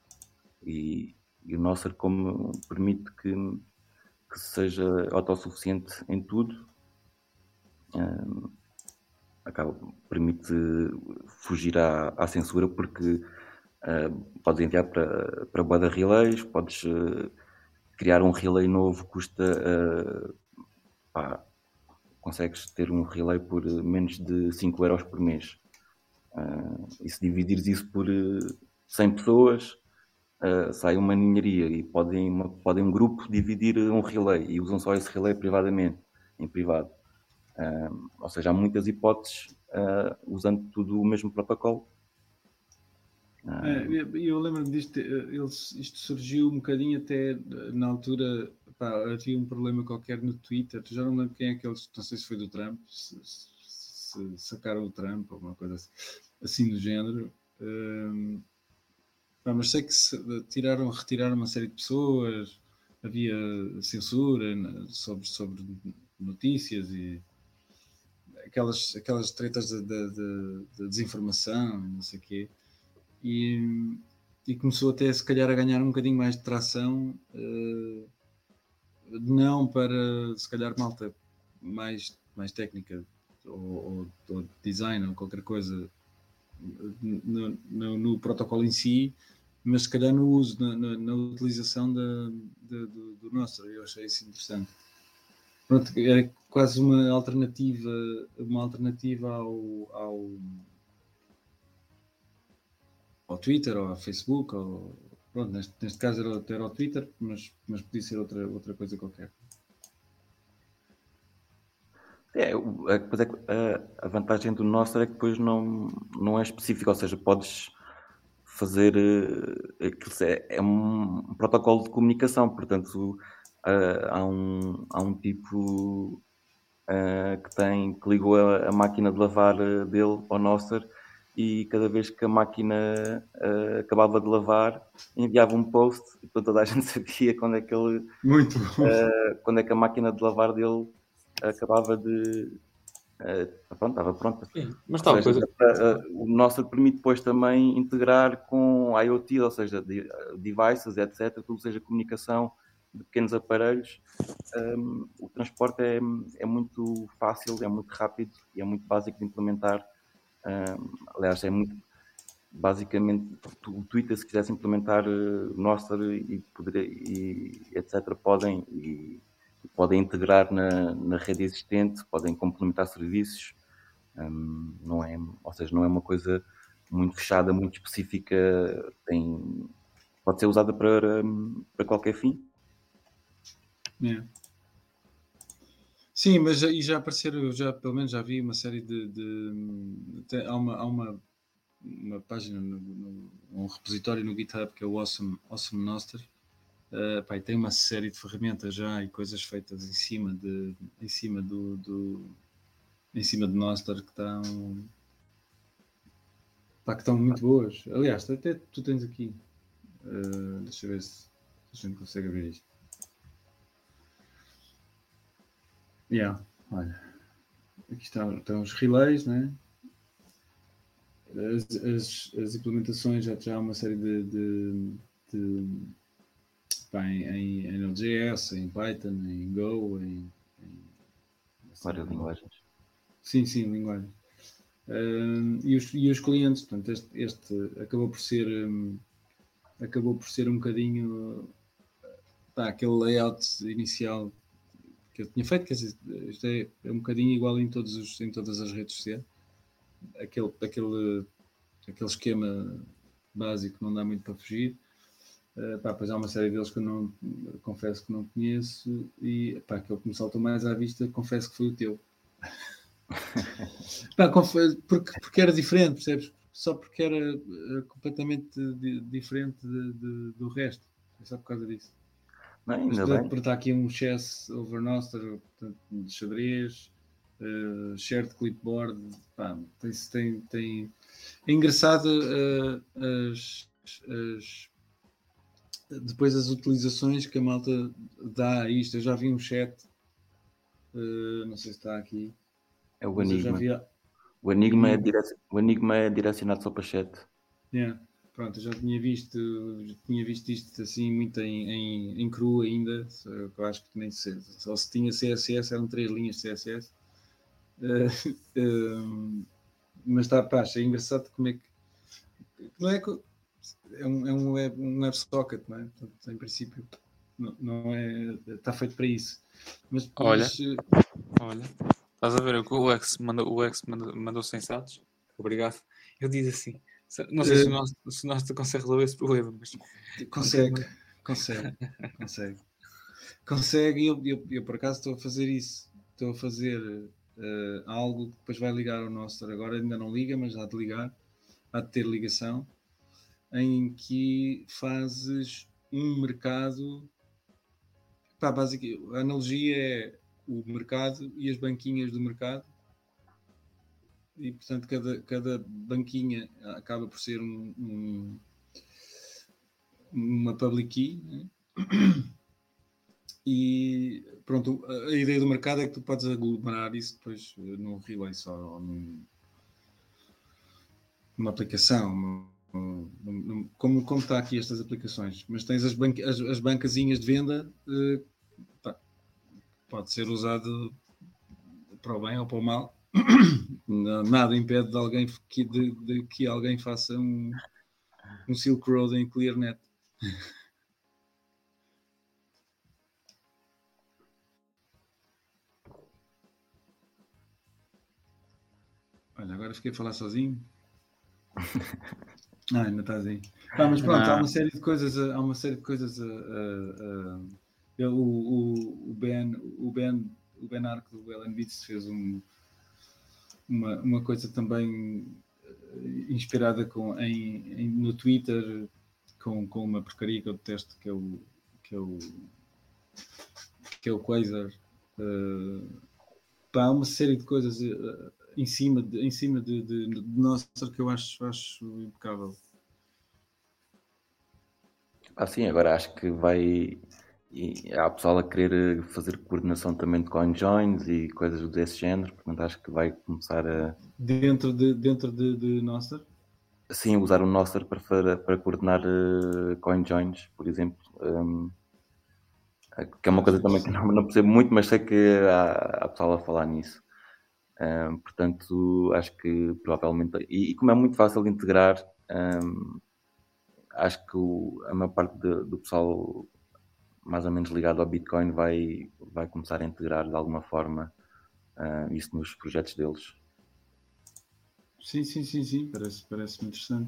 E, e o Nostr como permite que, que seja autossuficiente em tudo, um, acaba, permite fugir à, à censura, porque uh, podes enviar para, para bué de relays, podes uh, criar um relay novo, custa uh, pá, consegues ter um relay por menos de cinco euros por mês. Uh, e se dividires isso por uh, cem pessoas, uh, sai uma ninharia, e podem, uma, podem um grupo dividir um relay e usam só esse relay privadamente, em privado. Uh, ou seja, há muitas hipóteses uh, usando tudo o mesmo protocolo. Uh, é, eu lembro-me disto, eles, isto surgiu um bocadinho até na altura, pá, havia um problema qualquer no Twitter, já não lembro quem é que eles, não sei se foi do Trump, se, se sacaram o Trump ou alguma coisa assim, assim do género. Uh, pá, mas sei que se, tiraram, retiraram uma série de pessoas, havia censura sobre, sobre notícias e aquelas, aquelas tretas de, de, de, de desinformação, não sei o quê. E, e começou até se calhar a ganhar um bocadinho mais de tração, uh, não para se calhar malta mais, mais técnica ou, ou, ou design ou qualquer coisa no, no, no protocolo em si, mas se calhar no uso, na, na, na utilização da, da, do, do Nostr. Eu achei isso interessante. Pronto, é quase uma alternativa, uma alternativa ao, ao ao Twitter, ou ao Facebook, ou, pronto, neste, neste caso era, era ao Twitter, mas, mas podia ser outra, outra coisa qualquer. É, a, a vantagem do Nostr é que depois não, não é específico, ou seja, podes fazer, é, é um protocolo de comunicação, portanto há um, há um tipo que tem, que ligou a, a máquina de lavar dele ao Nostr, e cada vez que a máquina uh, acabava de lavar, enviava um post, e então toda a gente sabia quando é que ele, Muito bom. Uh, quando é que a máquina de lavar dele acabava de uh, pronto, estava pronta. Sim, mas tal seja, coisa. Uh, o Nostr permite depois também integrar com IoT, ou seja, de, uh, devices, etcétera, tudo seja comunicação de pequenos aparelhos. Um, o transporte é, é muito fácil, é muito rápido e é muito básico de implementar. Um, aliás, é muito basicamente o Twitter, se quisesse implementar uh, Nostr e, poder, e etcétera, podem e, e podem integrar na, na rede existente, podem complementar serviços. Um, não é, ou seja, não é uma coisa muito fechada, muito específica, tem, pode ser usada para, para qualquer fim. É. Sim, mas aí já apareceram, já, pelo menos já vi uma série de. de, de há uma, há uma, uma página, no, no, um repositório no GitHub que é o Awesome, awesome Nostr. Uh, pá, tem uma série de ferramentas já e coisas feitas em cima de, em cima do, do em cima de Nostr que estão, pá, que estão muito boas. Aliás, até tu tens aqui. Uh, deixa eu ver se a gente consegue abrir isto. Yeah, olha. Aqui estão, estão os relays, né? As, as, as implementações já, já há uma série de, de, de pá, em, em, em Node.js, em Python, em Go, em, em várias assim, linguagens. Sim, sim, linguagem. Uh, e, os, e os clientes, portanto, este, este acabou por ser um, acabou por ser um bocadinho pá, aquele layout inicial que eu tinha feito, quer dizer, isto é, é um bocadinho igual em, todos os, em todas as redes sociais. Aquele, aquele, aquele esquema básico não dá muito para fugir. Uh, pá, pois há uma série deles que eu não, confesso que não conheço, e pá, aquele que me saltou mais à vista, confesso que foi o teu. Pá, porque, porque era diferente, percebes? Só porque era uh, completamente di, diferente de, de, do resto. É só por causa disso. Não, ainda Mas bem. por estar aqui um chess over Nostr, portanto, de xadrez, uh, shared clipboard, pá, tem, tem, tem... É engraçado uh, as, as depois as utilizações que a malta dá a isto. Eu já vi um chat, uh, não sei se está aqui. É o Enigma. Vi... O, Enigma, Enigma. É direc... o Enigma é direcionado só para chat. Yeah. pronto, eu já tinha visto, já tinha visto isto assim muito em, em, em cru ainda, eu acho que nem sei, só se tinha C S S, eram três linhas de C S S. Uh, uh, mas está, pá, é engraçado como é que não é que é um, é um, web, um WebSocket, não é? Portanto, em princípio não, não é, está feito para isso. Mas, Olha, mas, uh, olha, estás a ver o que o X mandou, o X mandou, mandou sensatos? Obrigado. Eu disse assim, não sei uh, se o nosso, se o nosso consegue resolver esse problema, mas consegue, consegue, consegue, consegue. E eu, eu, eu por acaso estou a fazer isso, estou a fazer uh, algo que depois vai ligar ao nosso. Agora ainda não liga, mas há de ligar, há de ter ligação, em que fazes um mercado. Pá, basicamente, a analogia é o mercado e as banquinhas do mercado, e portanto cada, cada banquinha acaba por ser um, um, uma public key, né? E pronto, a ideia do mercado é que tu podes aglomerar isso depois num relay só, ou num, numa aplicação, num, num, como, como está aqui estas aplicações, mas tens as, banca, as, as bancazinhas de venda, eh, pá, pode ser usado para o bem ou para o mal. Nada impede de alguém que, de, de que alguém faça um, um Silk Road em ClearNet. Olha, agora fiquei a falar sozinho. Ah, ainda estás aí. Ah, mas pronto, ah. há uma série de coisas, há uma série de coisas. Uh, uh, uh, o, o, o Ben, o Ben, o Ben Arc do Ellen Beats fez um, uma, uma coisa também inspirada com, em, em, no Twitter com, com uma porcaria que eu detesto, que é o que é o que é o Quasar. Uh, pá, há uma série de coisas uh, em cima de, em cima de, de, de nossa que eu acho, acho impecável. Ah, sim, agora acho que vai. E há pessoal a querer fazer coordenação também de CoinJoins e coisas desse género, portanto acho que vai começar a. Dentro de, dentro de, de Nostr? Sim, usar o Nostr para, para, para coordenar uh, CoinJoins, por exemplo. Um, que é uma coisa também que não, não percebo muito, mas sei que há, há pessoal a falar nisso. Um, portanto, acho que provavelmente. E, e como é muito fácil de integrar, um, acho que o, a maior parte de, do pessoal mais ou menos ligado ao Bitcoin vai, vai começar a integrar de alguma forma uh, isso nos projetos deles. Sim, sim, sim, sim, parece, parece-me interessante.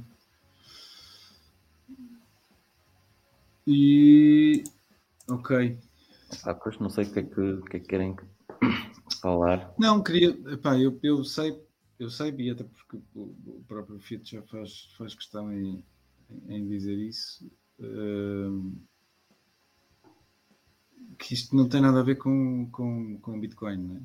E ok. Ah, pois não sei o que é que, o que, é que querem falar. Não, queria, epá, eu, eu sei, eu sei, e até porque o, o próprio Fito já faz, faz questão em, em dizer isso. Uh, que isto não tem nada a ver com, com, com Bitcoin, não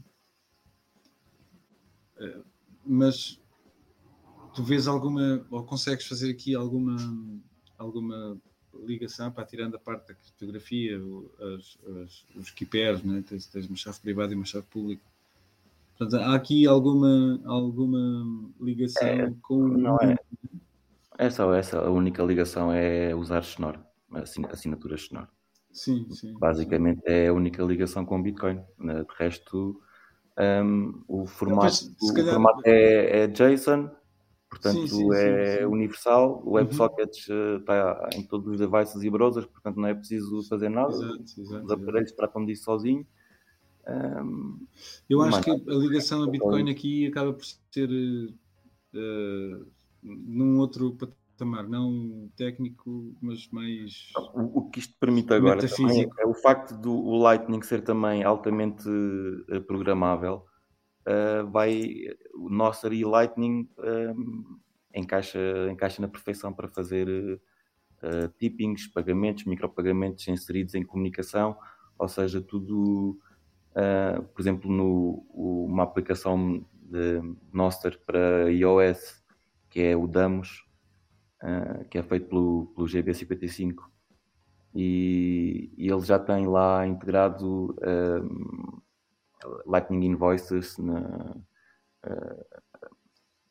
é? Uh, mas tu vês alguma, ou consegues fazer aqui alguma, alguma ligação, pá, tirando a parte da criptografia, as, as, os keepers, né? tens, tens uma chave privada e uma chave pública. Portanto, há aqui alguma, alguma ligação é, com... Não é, é só essa, a única ligação é usar Schnorr, assinatura Schnorr. Sim, sim. Basicamente sim. É a única ligação com Bitcoin. De resto, um, o formato, então, o calhar... formato é, é JSON, portanto sim, sim, é sim, sim. universal. O WebSockets uhum. está em todos os devices e browsers, portanto não é preciso fazer nada. Exato, exato, os aparelhos exato. tratam disso sozinho. Um, Eu acho que a ligação a Bitcoin aqui acaba por ser uh, num outro patamar, não técnico, mas mais o, o que isto permite agora também é o facto do o Lightning ser também altamente uh, programável. Uh, vai o Nostr e Lightning uh, encaixa, encaixa na perfeição para fazer uh, tippings, pagamentos, micropagamentos inseridos em comunicação, ou seja, tudo... Uh, por exemplo, no, uma aplicação de Nostr para iOS, que é o Damos, uh, que é feito pelo, pelo G B cinquenta e cinco, e, e ele já tem lá integrado uh, Lightning Invoices na, uh,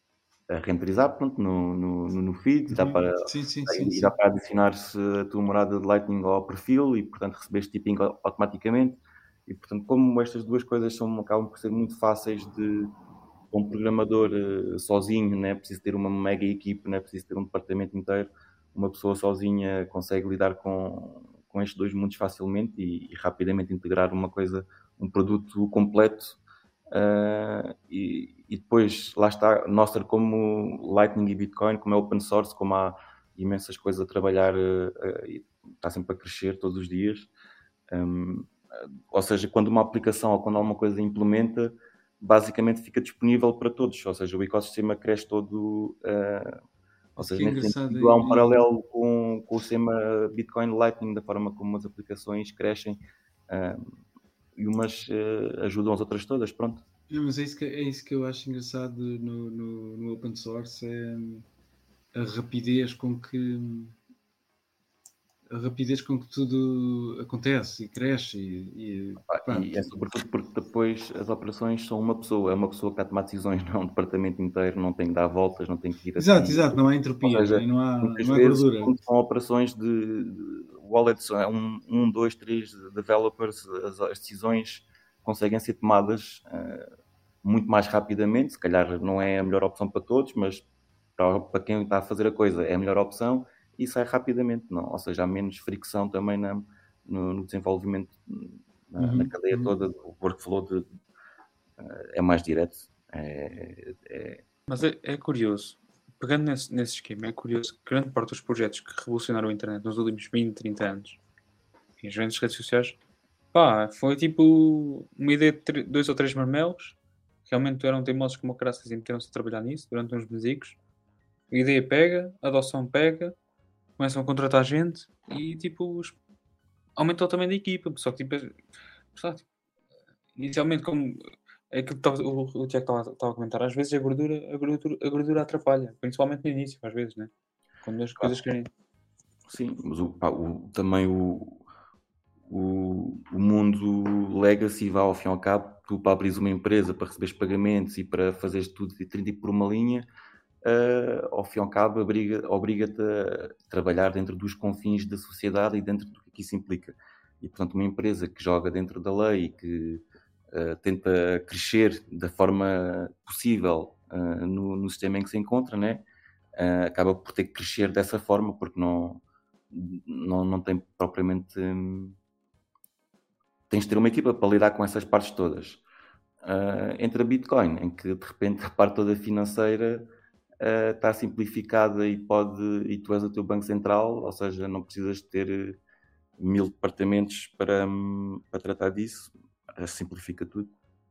a renderizar, pronto, no, no, no feed, dá Uhum. para, Sim, sim, e sim, sim. dá para adicionar-se a tua morada de Lightning ao perfil e, portanto, receberes tipping au- automaticamente. E, portanto, como estas duas coisas são, acabam por ser muito fáceis de um programador eh, sozinho, né? Preciso ter uma mega equipe, né? Preciso ter um departamento inteiro. Uma pessoa sozinha consegue lidar com, com estes dois mundos facilmente e, e rapidamente integrar uma coisa, um produto completo. Uh, e, e depois, lá está, Nostr como Lightning e Bitcoin, como é open source, como há imensas coisas a trabalhar, uh, uh, e está sempre a crescer todos os dias. Um, ou seja, quando uma aplicação ou quando alguma coisa implementa, basicamente fica disponível para todos, ou seja, o ecossistema cresce todo, uh, ou Isso seja, que é nesse engraçado. sentido há um E, paralelo com, com o sistema Bitcoin Lightning, da forma como as aplicações crescem, uh, e umas uh, ajudam as outras todas, pronto. é, mas é isso, que, é isso que eu acho engraçado no, no, no open source, é a rapidez com que a rapidez com que tudo acontece e cresce e, e, Ah, pá, e é sobretudo porque depois as operações são uma pessoa, é uma pessoa que está a tomar decisões, não é um departamento inteiro, não tem que dar voltas, não tem que ir a exato, seguir. exato, não há Ou entropia, não, seja, é? Não há, muitas não há vezes, gordura. quando são operações de, de wallets, é um, um, dois, três developers, as, as decisões conseguem ser tomadas uh, muito mais rapidamente. Se calhar não é a melhor opção para todos, mas para, para quem está a fazer a coisa é a melhor opção e sai rapidamente, não? Ou seja, há menos fricção também na, no, no desenvolvimento, na, na Uhum, cadeia uhum. toda do workflow, de, uh, é mais direto. É, é... Mas é, é curioso, pegando nesse, nesse esquema, é curioso que grande parte dos projetos que revolucionaram a internet nos últimos vinte, trinta anos, e as grandes redes sociais, pá, foi tipo uma ideia de tre- dois ou três marmelos, que realmente eram teimosos como caraças e meteram-se a trabalhar nisso durante uns mesicos. A ideia pega, a adoção pega, começam a contratar gente e tipo os- aumentou o tamanho da equipa. Só que tipo, só, tipo, inicialmente como é aquilo que tava- o, o Tiago estava a comentar, às vezes a gordura, a gordura, a gordura atrapalha, principalmente no início, às vezes, né? Quando as coisas querem. Sim, mas o, pá, o, também o, o, o mundo legacy vai ao fim e ao cabo, tu para abrir uma empresa, para receberes pagamentos e para fazeres tudo de trinta por uma linha, uh, ao fim e ao cabo obriga, obriga-te a trabalhar dentro dos confins da sociedade e dentro do que isso implica. E portanto uma empresa que joga dentro da lei e que uh, tenta crescer da forma possível uh, no, no sistema em que se encontra, né? Uh, acaba por ter que crescer dessa forma porque não, não, não tem propriamente... Hum, tens de ter uma equipa para lidar com essas partes todas. Uh, entre a Bitcoin, em que de repente a parte toda financeira uh, está simplificada e, pode, e tu és o teu banco central, ou seja, não precisas ter mil departamentos para, para tratar disso, uh, simplifica tudo.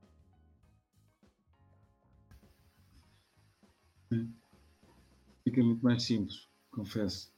Fica muito mais simples, confesso.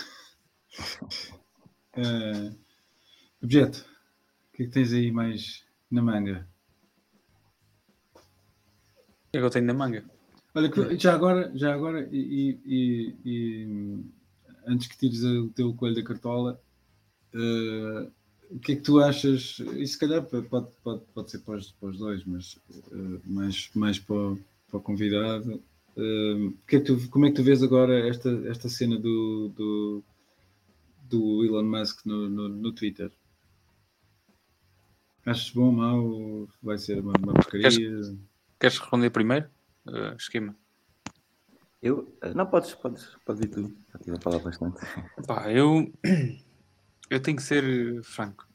Uh, objeto, o que é que tens aí mais na manga? O que é que eu tenho na manga? Olha, já agora, já agora e, e, e antes que tires o teu coelho da cartola, uh, o que é que tu achas? E se calhar pode, pode, pode ser para os, para os dois, mas uh, mais, mais para, para o convidado. Uh, que é que tu, como é que tu vês agora esta, esta cena do, do, do Elon Musk no, no, no Twitter? Achas bom, mau? Vai ser uma, uma porcaria? Queres, queres responder primeiro? Uh, esquema. Eu? Não, podes, podes, podes ir tu. Já estive a falar bastante. Pá, eu. Eu tenho que ser franco.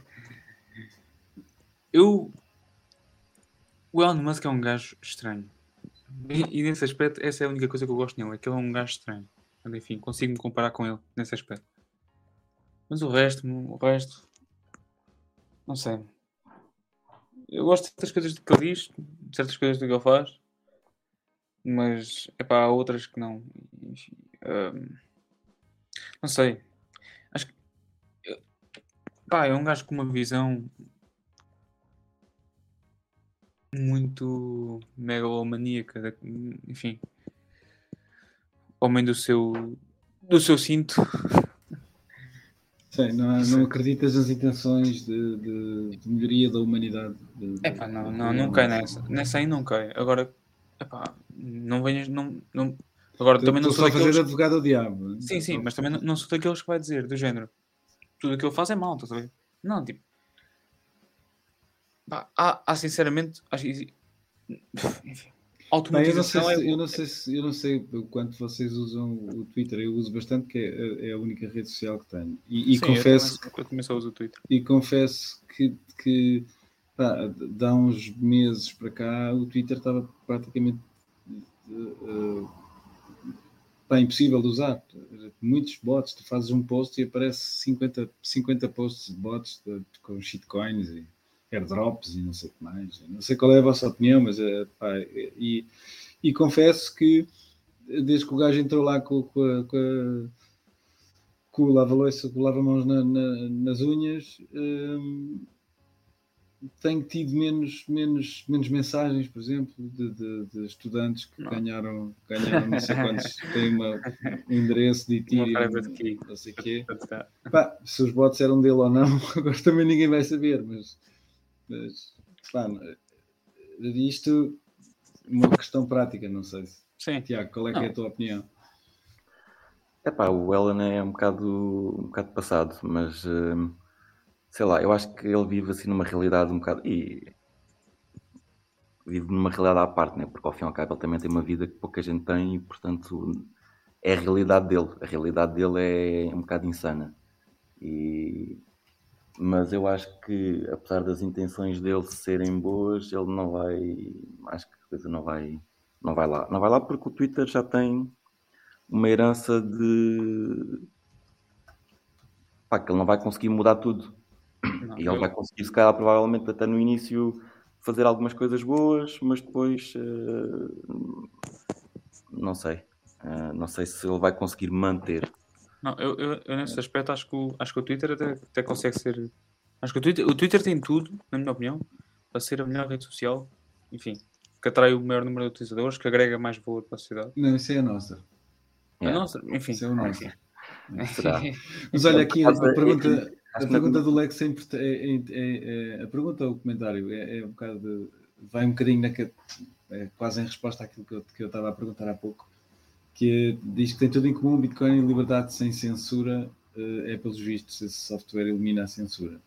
Eu. O Elon Musk é um gajo estranho. E, e nesse aspecto, essa é a única coisa que eu gosto nele, é que ele é um gajo estranho. Mas, enfim, consigo-me comparar com ele nesse aspecto. Mas o resto, o resto. Não sei. Eu gosto de certas coisas que ele diz, de certas coisas que ele faz. Mas, epá, há outras que não. Enfim, hum, não sei. Acho que. Pá, é um gajo com uma visão muito megalomaníaca, da- enfim, homem do seu do seu cinto. Sei, não, não acreditas nas intenções de, de, de melhoria da humanidade? De, de, Epá, não, de, não, não cai nessa. Nessa aí não cai. Agora, epá, não venhas, não, não... Agora, Tu- também não Estou sou só a fazer daqueles... advogado ao diabo. né? Sim, sim, mas também não, não sou daqueles que vai dizer, do género, tudo o que eu faço é mau, estás a ver? Não, tipo... Pá, há, há sinceramente... Acho que... Enfim... Pá, eu não sei Automatização é... se, eu não sei se, eu não sei o quanto vocês usam o Twitter. Eu uso bastante, que é, é a única rede social que tenho. E, e Sim, confesso, eu também, eu também só uso o Twitter. e confesso que, que pá, de há uns meses para cá o Twitter estava praticamente uh, pá, impossível de usar. Muitos bots, tu fazes um post e aparece cinquenta, cinquenta posts de bots de, de, com shitcoins e airdrops e não sei o que mais. Não sei qual é a vossa opinião, mas uh, pá, e, e confesso que desde que o gajo entrou lá com, com, a, com, a, com o lava-louça, com o lava-mãos na, na, nas unhas, hum, tenho tido menos, menos, menos mensagens, por exemplo, de, de, de estudantes que Não. ganharam, ganharam não sei quantos, têm uma, um endereço de Uma Ethereum, tarefa de quê? não sei o quê. Portanto, Pá, se os bots eram dele ou não, agora também ninguém vai saber, mas, mas pá, isto é uma questão prática, não sei se. Sim. Tiago, qual é que Não. é a tua opinião? Epá, o Ellen é um bocado, um bocado passado, mas hum, sei lá, eu acho que ele vive assim numa realidade um bocado. E vive numa realidade à parte, né? Porque ao fim e ao cabo ele também tem uma vida que pouca gente tem e, portanto, é a realidade dele. A realidade dele é um bocado insana. E... Mas eu acho que, apesar das intenções dele serem boas, ele não vai. Acho que a coisa não vai, não vai lá. Não vai lá porque o Twitter já tem uma herança de. Pá, que ele não vai conseguir mudar tudo. Não, E ele eu- vai conseguir, se calhar, provavelmente até no início, fazer algumas coisas boas, mas depois. eh, não sei. Eh, não sei se ele vai conseguir manter. Não, eu, eu, eu nesse aspecto acho que o, acho que o Twitter até, até consegue ser. Acho que o Twitter, o Twitter tem tudo, na minha opinião, para ser a melhor rede social, enfim, que atrai o maior número de utilizadores, que agrega mais valor para a sociedade. Não, isso é a nossa. A Yeah. nossa, enfim. Isso é o nosso. Será? Mas olha aqui a, a pergunta, Acho a que pergunta na- do Lex é, import- é, é, é, é- a pergunta, o comentário é, é um bocado de, vai um bocadinho na que é quase em resposta àquilo que eu, que eu estava a perguntar há pouco, que é, diz que tem tudo em comum, Bitcoin e liberdade sem censura, eh, é pelos vistos esse software elimina a censura.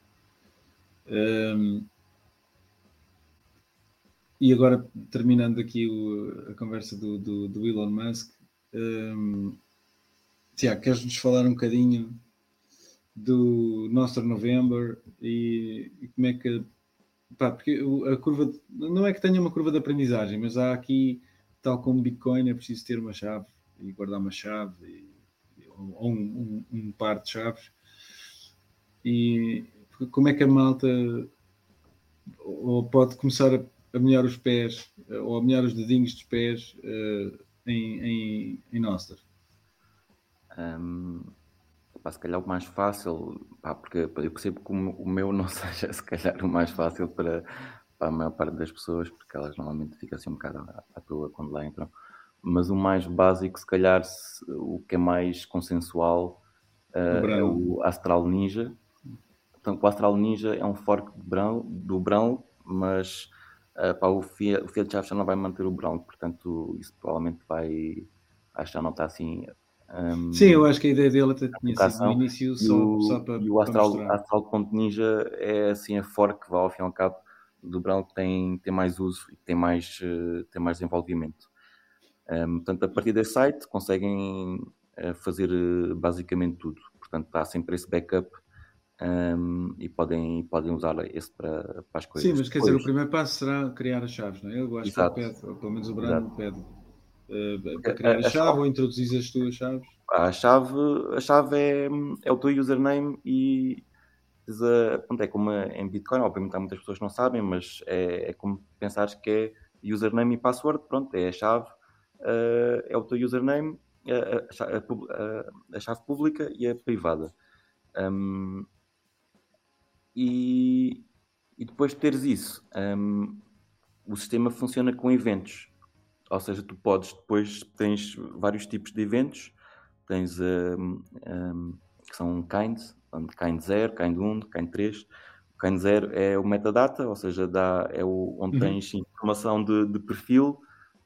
Um, e agora terminando aqui o, a conversa do, do, do Elon Musk, um, Tiago, queres-nos falar um bocadinho do Nostr November e, e como é que. Pá, porque a curva. Não é que tenha uma curva de aprendizagem, mas há aqui, tal como Bitcoin, é preciso ter uma chave e guardar uma chave e, ou um, um, um par de chaves. E como é que a malta ou pode começar a, a molhar os pés ou a molhar os dedinhos dos pés uh, em, em, em Nostr? Um, pá, se calhar o mais fácil, pá, porque eu percebo que o meu não seja se calhar o mais fácil para, para a maior parte das pessoas, porque elas normalmente ficam assim um bocado à, à toa quando lá entram, mas o mais básico, se calhar se, o que é mais consensual uh, é o Astral Ninja. Portanto, o Astral Ninja é um fork de Brown, do Brown, mas uh, pá, o Fiat, o Fiat já não vai manter o Brown, portanto isso provavelmente vai, acho que já não está assim. Um, Sim, eu acho que a ideia dele até tinha sido no início só, o, só para, e o Astral, para Astral.Ninja é assim a fork que vai ao fim e ao cabo do Brown, que tem, tem mais uso e tem mais, uh, tem mais desenvolvimento. Um, portanto, a partir desse site conseguem uh, fazer uh, basicamente tudo. Portanto, está sempre esse backup um, e podem, podem usar esse para, para as coisas. Sim, mas quer Depois, dizer, o primeiro passo será criar as chaves, não é? Eu acho exato, que ele pede, ou pelo menos o Brando exato. pede uh, para criar a, a chave, chave ou introduzir as tuas chaves. A chave, a chave é, é o teu username e é como em Bitcoin, obviamente há muitas pessoas que não sabem, mas é, é como pensares que é username e password, pronto, é a chave, uh, é o teu username, a, a, a, a chave pública e a privada. Um, e, e depois de teres isso, um, o sistema funciona com eventos, ou seja, tu podes, depois tens vários tipos de eventos, tens um, um, que são kinds, kind zero, kind um, kind três. O kind zero é o metadata, ou seja, dá, é o, onde Uhum. tens informação de, de perfil,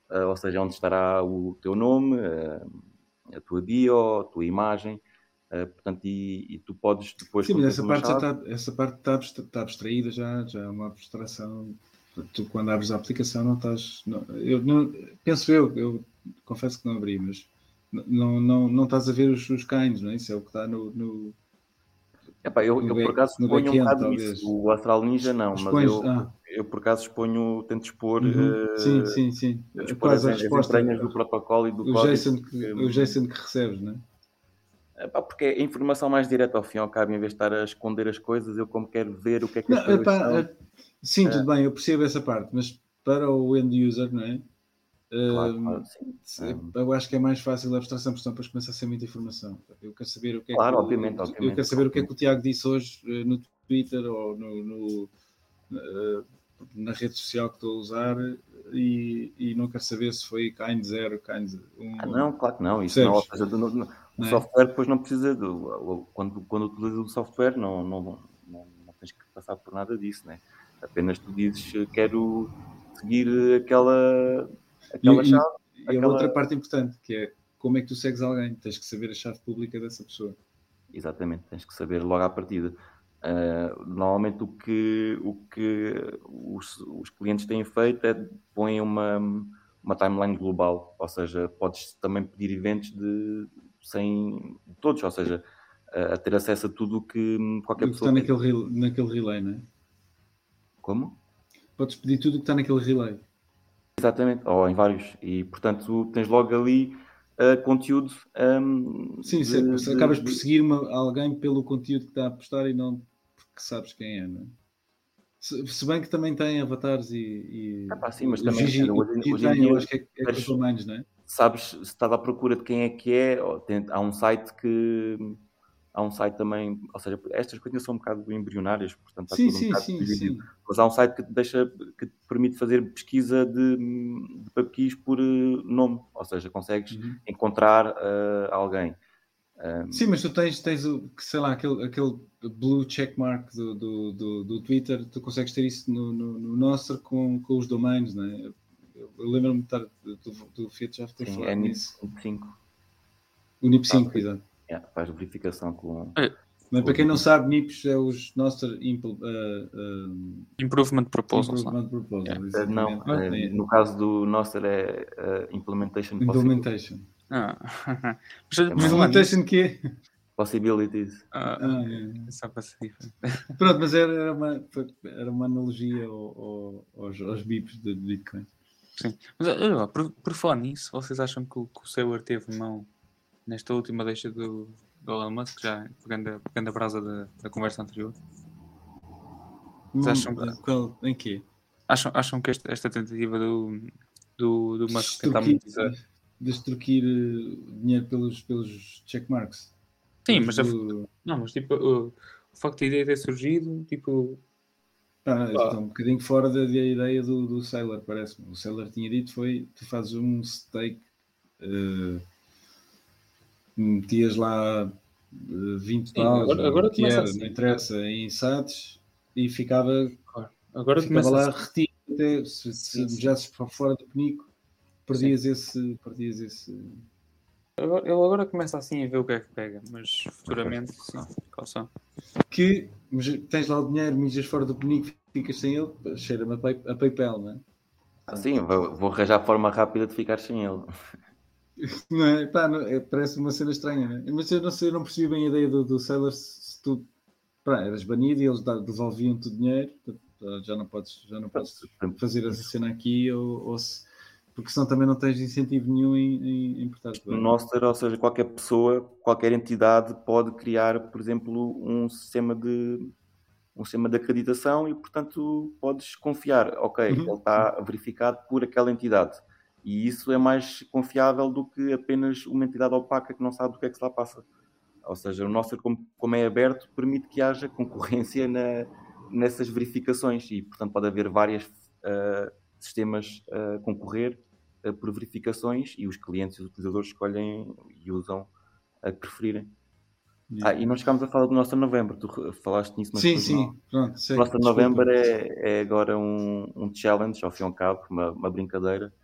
uh, ou seja, onde estará o teu nome, uh, a tua bio, a tua imagem, uh, portanto, e, e tu podes depois... Sim, mas essa parte, já está, essa parte está, está abstraída, já, já é uma abstração. Tu, quando abres a aplicação, não estás... Não, eu não, penso eu, eu confesso que não abri, mas não, não, não estás a ver os, os kinds, não é? Isso é o que está no... no Epá, eu, no eu back, por acaso exponho um bocado talvez. isso. O Astral Ninja não, Expões, mas eu, ah. eu por acaso exponho, tento expor, uhum. uh, sim, sim, sim. Tento expor as, as entranhas do protocolo e do o código. JSON que, o JSON que recebes, não é? Epá, porque é informação mais direta ao fim e ao cabo, em vez de estar a esconder as coisas, eu como quero ver o que é que não, as coisas epá, são. Sim, tudo é. bem, eu percebo essa parte, mas para o end user, não é? Claro, uh, claro, sim. Eu acho que é mais fácil a abstração, porque depois começa a ser muita informação. Eu quero saber o que é claro, que, obviamente, eu, obviamente, eu quero saber obviamente. o que é que o Tiago disse hoje uh, no Twitter ou no, no, uh, na rede social que estou a usar e, e não quero saber se foi kind zero, kind um. Ah, não, claro que não. Isso não, ou seja, no, no, o software depois não precisa, de, quando, quando utilizas o software, não, não, não, não, não tens que passar por nada disso, né? Apenas tu dizes, quero seguir aquela, aquela e, chave. E, aquela... e a outra parte importante, que é como é que tu segues alguém? Tens que saber a chave pública dessa pessoa. Exatamente, tens que saber logo à partida. Uh, normalmente o que, o que os, os clientes têm feito é põem uma, uma timeline global, ou seja, podes também pedir eventos de, sem de todos, ou seja, a, a ter acesso a tudo o que qualquer o que pessoa está naquele, naquele relay, não é? Como? Podes pedir tudo o que está naquele relay. Exatamente, ou em vários, e portanto tens logo ali uh, conteúdo. Um, Sim, de, de, acabas de, por seguir uma, alguém pelo conteúdo que está a postar e não porque sabes quem é, não é? Se, se bem que também tem avatares e. e ah, pá, sim, mas também Gigi, hoje, hoje tem, em dia, eu acho que é, é mas, minds, não é? Sabes se estás à procura de quem é que é, tem, há um site que há um site também, ou seja, estas coisas são um bocado embrionárias, portanto está sim, tudo um sim, bocado sim, dividido. sim. Mas há um site que te deixa, que te permite fazer pesquisa de, de pesquisa por nome, ou seja, consegues uhum. encontrar uh, alguém. Um... Sim, mas tu tens, tens o, sei lá, aquele, aquele blue checkmark do, do, do, do Twitter, tu consegues ter isso no, no, no Nostr com, com os domains, não é? Eu, eu lembro-me de estar do, do Fiat já ter Sim, falado é nisso. N I P cinco. O N I P cinco, exato. É, faz verificação com... É. Mas para quem não sabe, N I Ps é os Nostr Impl, uh, uh, Improvement Proposals. Improvement Proposals, é. Não, é, no caso do Nostr é uh, Implementation Implementation. Ah. Implementation que é? Possibilities. Ah, ah, é. Só para ser diferente. Pronto, mas era, era, uma, era uma analogia ao, ao, aos, aos bips de Bitcoin. Sim, mas olha, por, por falar nisso, vocês acham que o, que o Saylor teve mão nesta última deixa do, do Elon Musk, já pegando a, pegando a brasa da, da conversa anterior? Hum, acham, qual, em quê? Acham, acham que esta, esta tentativa do, do, do Musk tentar monetizar... de extorquir dinheiro pelos, pelos checkmarks? Sim, mas, do... a, não, mas tipo, o, o facto de a ideia ter surgido, tipo... Ah, ah. um bocadinho fora da, da ideia do, do Saylor, parece-me. O Saylor tinha dito foi, tu fazes um stake, uh, metias lá uh, vinte Sim, paus, agora, agora que era, assim. não interessa, em sats, e ficava, claro. agora ficava lá assim. retido, até se, se mejasses para fora do penico, perdias esse... Perdias esse Agora, ele agora começa assim a ver o que é que pega, mas futuramente, sim, calção. Que tens lá o dinheiro, mijas fora do penico, ficas sem ele, cheira-me a, pay, a PayPal, não é? Ah, sim, vou, vou arranjar a forma rápida de ficar sem ele. Não é? Pá, não, é, parece uma cena estranha, não é? Mas eu não sei, eu não percebi bem a ideia do, do Saylor, se, se tu pá, eras banido e eles devolviam-te o dinheiro, já não podes, já não podes fazer essa cena aqui, ou, ou se... Porque senão também não tens incentivo nenhum em, em importar. No Nostr, ou seja, qualquer pessoa, qualquer entidade pode criar, por exemplo, um sistema de, um sistema de acreditação e, portanto, podes confiar. Ok, uhum. Ele está verificado por aquela entidade. E isso é mais confiável do que apenas uma entidade opaca que não sabe do que é que se lá passa. Ou seja, o Nostr, como, como é aberto, permite que haja concorrência na, nessas verificações e, portanto, pode haver vários uh, sistemas a uh, concorrer uh, por verificações e os clientes e os utilizadores escolhem e usam a que preferirem. Yeah. Ah, e nós chegámos a falar do Nostr November, tu falaste nisso, mas sim, sim, não. Pronto, sei, o Nostr November é, é agora um, um challenge, ao fim e ao cabo, uma, uma brincadeira,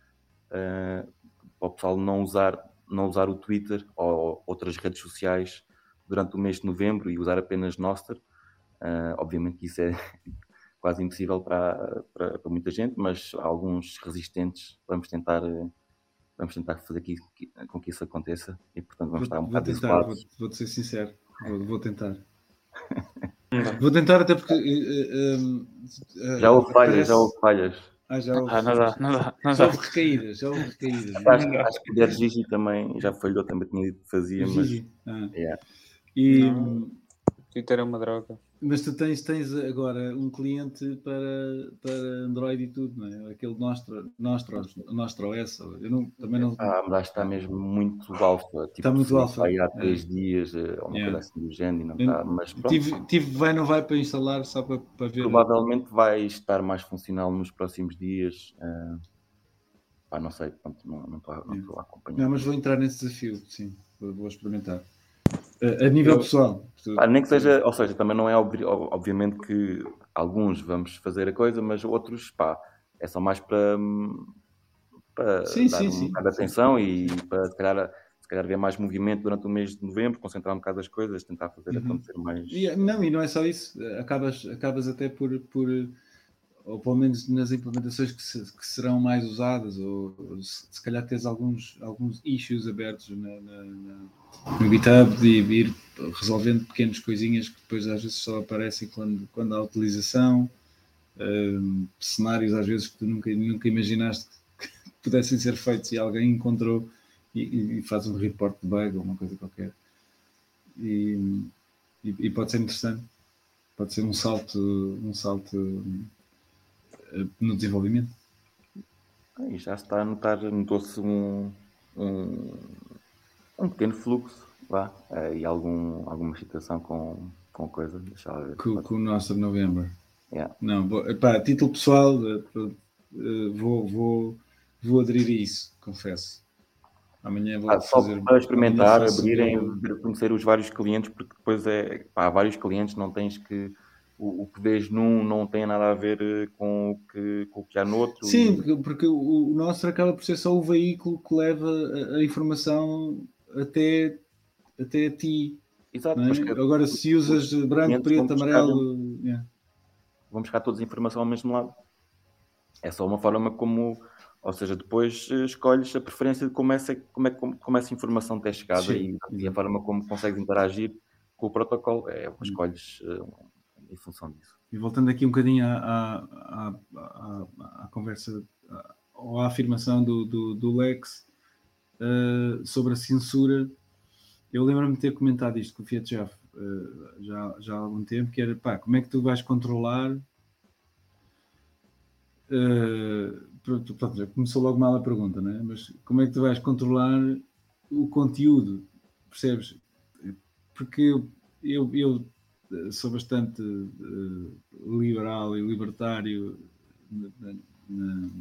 uh, para o pessoal não usar, não usar o Twitter ou outras redes sociais durante o mês de novembro e usar apenas Nostr. Uh, obviamente que isso é quase impossível para, para, para muita gente, mas alguns resistentes vamos tentar, vamos tentar fazer aqui, com que isso aconteça e, portanto, vamos vou, estar um vou bocado tentar, isolados. Vou, vou ser sincero, vou, vou tentar. Vou tentar até porque... Uh, uh, já houve falhas, parece... já houve falhas. Ah, já houve Ah, não dá, não dá, não já dá. houve recaídas, já houve recaídas. Acho, acho que o Der Gigi também já falhou, também tinha dito que fazia, mas... Gigi. Ah. Yeah. E... Não. Twitter é uma droga. Mas tu tens, tens agora um cliente para, para Android e tudo, não é? Aquele Nostro, Nostros, Nostro S. Eu não, também não... Ah, mas está mesmo muito alfa. Tipo, está muito alfa. Há três é. dias, ou uma yeah. coisa assim do género, e não está. Mas pronto. Tive, tive, vai não vai para instalar só para, para ver. Provavelmente vai estar mais funcional nos próximos dias. Uh, pá, não sei, pronto, não, não estou não yeah. a acompanhar. Não, mas vou entrar nesse desafio, sim. Vou, vou experimentar. Uh, a nível Eu, pessoal. Pá, nem que seja, ou seja, também não é obri- obviamente que alguns vamos fazer a coisa, mas outros, pá, é só mais para, para sim, dar sim, um sim, bocado de sim. atenção e para se calhar, se calhar ver mais movimento durante o mês de novembro, concentrar um bocado as coisas, tentar fazer uhum. acontecer mais. E, não, e não é só isso, acabas, acabas até por, por, ou pelo menos nas implementações que, se, que serão mais usadas, ou, ou se, se calhar tens alguns, alguns issues abertos na, na, na, no GitHub de ir resolvendo pequenas coisinhas que depois às vezes só aparecem quando, quando há utilização, um, cenários às vezes que tu nunca, nunca imaginaste que pudessem ser feitos e alguém encontrou e, e faz um report de bug ou uma coisa qualquer. E, e, e pode ser interessante, pode ser um salto, um salto no desenvolvimento. E já se está a notar, notou-se um, um, um pequeno fluxo, vá, e algum, alguma excitação com, com coisa. Deixa eu ver. Com, com o nosso November. Yeah. Não, pá, a título pessoal, vou, vou, vou aderir a isso, confesso. Amanhã vou ah, só fazer... para experimentar, abrirem, meu... conhecer os vários clientes, porque depois é, pá, há vários clientes, não tens que... O, o que vês num não tem nada a ver com o que, com o que há no outro. Sim, porque, porque o, o nosso acaba por ser só o veículo que leva a, a informação até, até a ti. Exato. É? Que, agora, se usas branco, preto, amarelo... Buscar, yeah. Vão buscar toda a informação ao mesmo lado. É só uma forma como... Ou seja, depois escolhes a preferência de como essa, como é, como, como essa informação te é chegada. Sim, e, e a forma como consegues interagir com o protocolo. É, escolhes uh, em função disso. E voltando aqui um bocadinho à, à, à, à, à conversa, à, ou à afirmação do, do, do Lex uh, sobre a censura, eu lembro-me de ter comentado isto com o Fiat já, uh, já, já há algum tempo, que era, pá, como é que tu vais controlar... Uh, pronto, pronto, começou logo mal a pergunta, não é? Mas como é que tu vais controlar o conteúdo, percebes? Porque eu, eu, eu sou bastante uh, liberal e libertário na, na,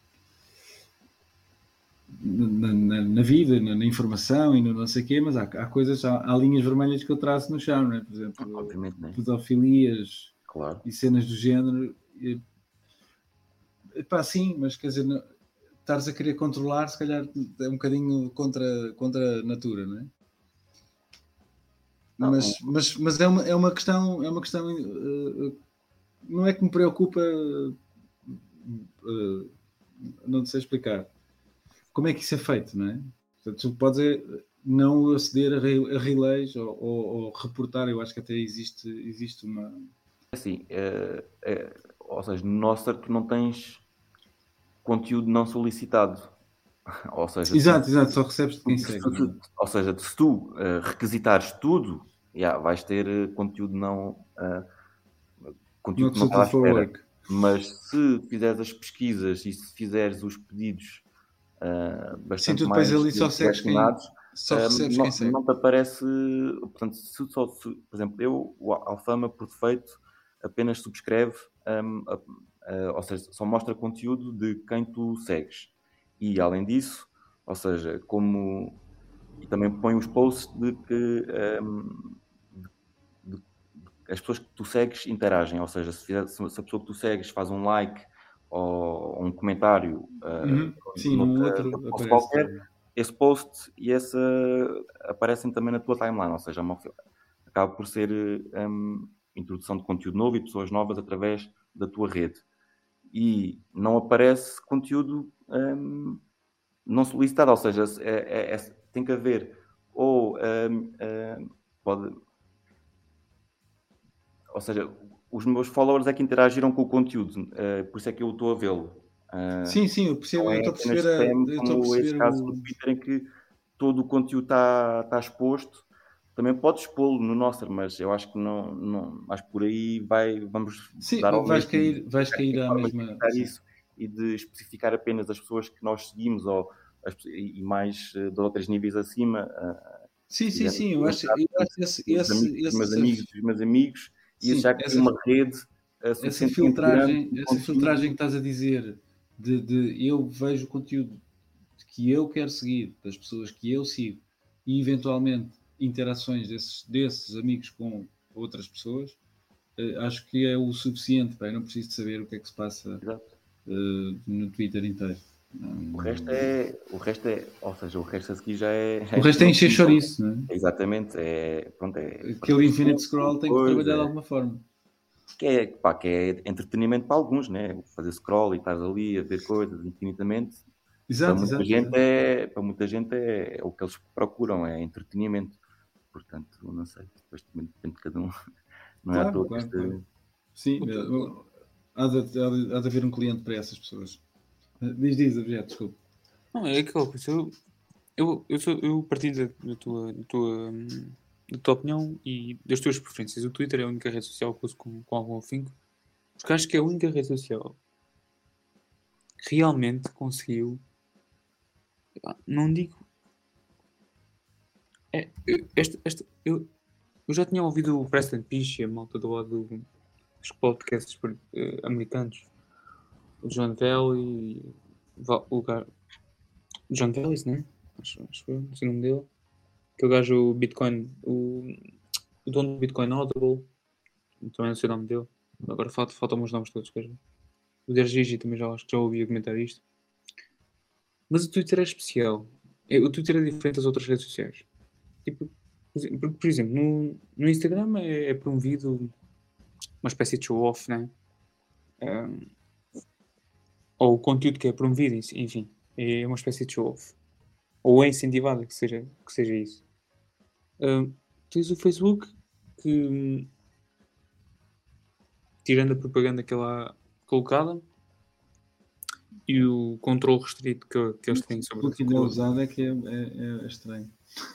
na, na, na vida, na, na informação e no não sei o quê, mas há, há coisas, há, há linhas vermelhas que eu traço no chão, não é? Por exemplo, pedofilias, claro. E cenas do género. E, pá, sim, mas quer dizer, não, estares a querer controlar, se calhar é um bocadinho contra, contra a natura, não é? Não, mas, não. mas, mas é, uma, é uma questão, é uma questão uh, não é que me preocupa, uh, uh, não sei explicar como é que isso é feito, não é? Portanto, tu podes é não aceder a, re, a relays ou, ou, ou reportar, eu acho que até existe, existe uma... Assim, é, é, ou seja, no nosso tu não tens conteúdo não solicitado. Ou seja, exato, tu, exato, só recebes de quem segue. Tu, ou seja, se tu uh, requisitares tudo, yeah, vais ter uh, conteúdo não uh, conteúdo que não está à espera. Mas se fizeres as pesquisas e se fizeres os pedidos uh, bastante sim, mais ali só segues quem, só recebes uh, não, quem segue. Não te aparece, portanto, se, só, se, por exemplo, eu, o Alfama, por defeito, apenas subscreve, um, uh, uh, ou seja, só mostra conteúdo de quem tu segues. E, além disso, ou seja, como... E também põe os posts de que um, de, de, as pessoas que tu segues interagem. Ou seja, se, fizer, se a pessoa que tu segues faz um like ou um comentário uh, Uhum. Sim, num noutra- outro noutra post aparece qualquer, também. esse post e esse uh, aparecem também na tua timeline, ou seja, é uma, acaba por ser um, introdução de conteúdo novo e pessoas novas através da tua rede. E não aparece conteúdo um, não solicitado, ou seja, é, é, é, tem que haver ou um, um, pode, ou seja, os meus followers é que interagiram com o conteúdo, uh, por isso é que eu estou a vê-lo. Uh, Sim, sim, eu percebo, não eu é estou a apenas perceber, a, spam, eu estou a como esse perceber caso no o... Twitter em que todo o conteúdo está, está exposto. Também podes expô-lo no Nostr, mas eu acho que não, não acho que por aí vai, vamos Sim, dar ao vais mesmo. cair, vais Acho que cair tem à formas de mesma... evitar Sim, isso e de especificar apenas as pessoas que nós seguimos ou as, e mais uh, de outros níveis acima. Uh, sim, sim, dizendo sim, que eu um acho, bocado eu acho dos esse, dos amigos esse, dos meus esse, amigos dos meus amigos e isso sim, já cria essa, uma rede uh, essa suficientemente grande filtragem, de essa conteúdo. filtragem que estás a dizer, de, de eu vejo o conteúdo que eu quero seguir, das pessoas que eu sigo, e eventualmente interações desses, desses amigos com outras pessoas, uh, acho que é o suficiente, pá, eu não preciso de saber o que é que se passa Exato. uh, no Twitter inteiro. O resto é, o resto é, ou seja, o resto a seguir já é. O resto é encher chouriço, não é? Exatamente, é, pronto, é Aquele infinite scroll tem que coisa, trabalhar de alguma forma. que é, pá, que é entretenimento para alguns, né? Fazer scroll e estás ali a ver coisas infinitamente. Para Exato, muita exato, gente exato. é, para muita gente é, é o que eles procuram, é entretenimento. Portanto, não sei, depois também depende de cada um. Não é à Claro, toa que claro, este, claro. Sim, O tu- há de, há, de, há de haver um cliente para essas pessoas. Diz, diz, objeto, desculpa. Não, é aquela coisa. Eu, eu, eu, sou, eu partilho da, da, tua, da, tua, hum, da tua opinião e das tuas preferências. O Twitter é a única rede social que uso com, com algum afinco, porque acho que é a única rede social que realmente conseguiu. Não digo. É, eu, esta, esta, eu, eu já tinha ouvido o Preston Piche, a malta do lado do- dos podcasts eh, americanos, o John Valley, o gajo. John Valley, né? Acho, acho que não sei o nome dele. Aquele gajo, o Bitcoin, o, o dono do Bitcoin Audible, também não sei o nome dele. Agora falta, faltam os nomes todos, quer ver? O D R G também já acho que já ouvi comentar isto. Mas o Twitter é especial. É, o Twitter é diferente das outras redes sociais. Tipo, por, por exemplo, no, no Instagram é, é promovido uma espécie de show-off, né? Um, ou o conteúdo que é promovido, enfim, é uma espécie de show-off. Ou é incentivado que seja, que seja isso. Um, tens o Facebook que, tirando a propaganda que é lá colocada e o controle restrito que, que eles têm sobre O que ainda é o. usado é que é, é, é estranho.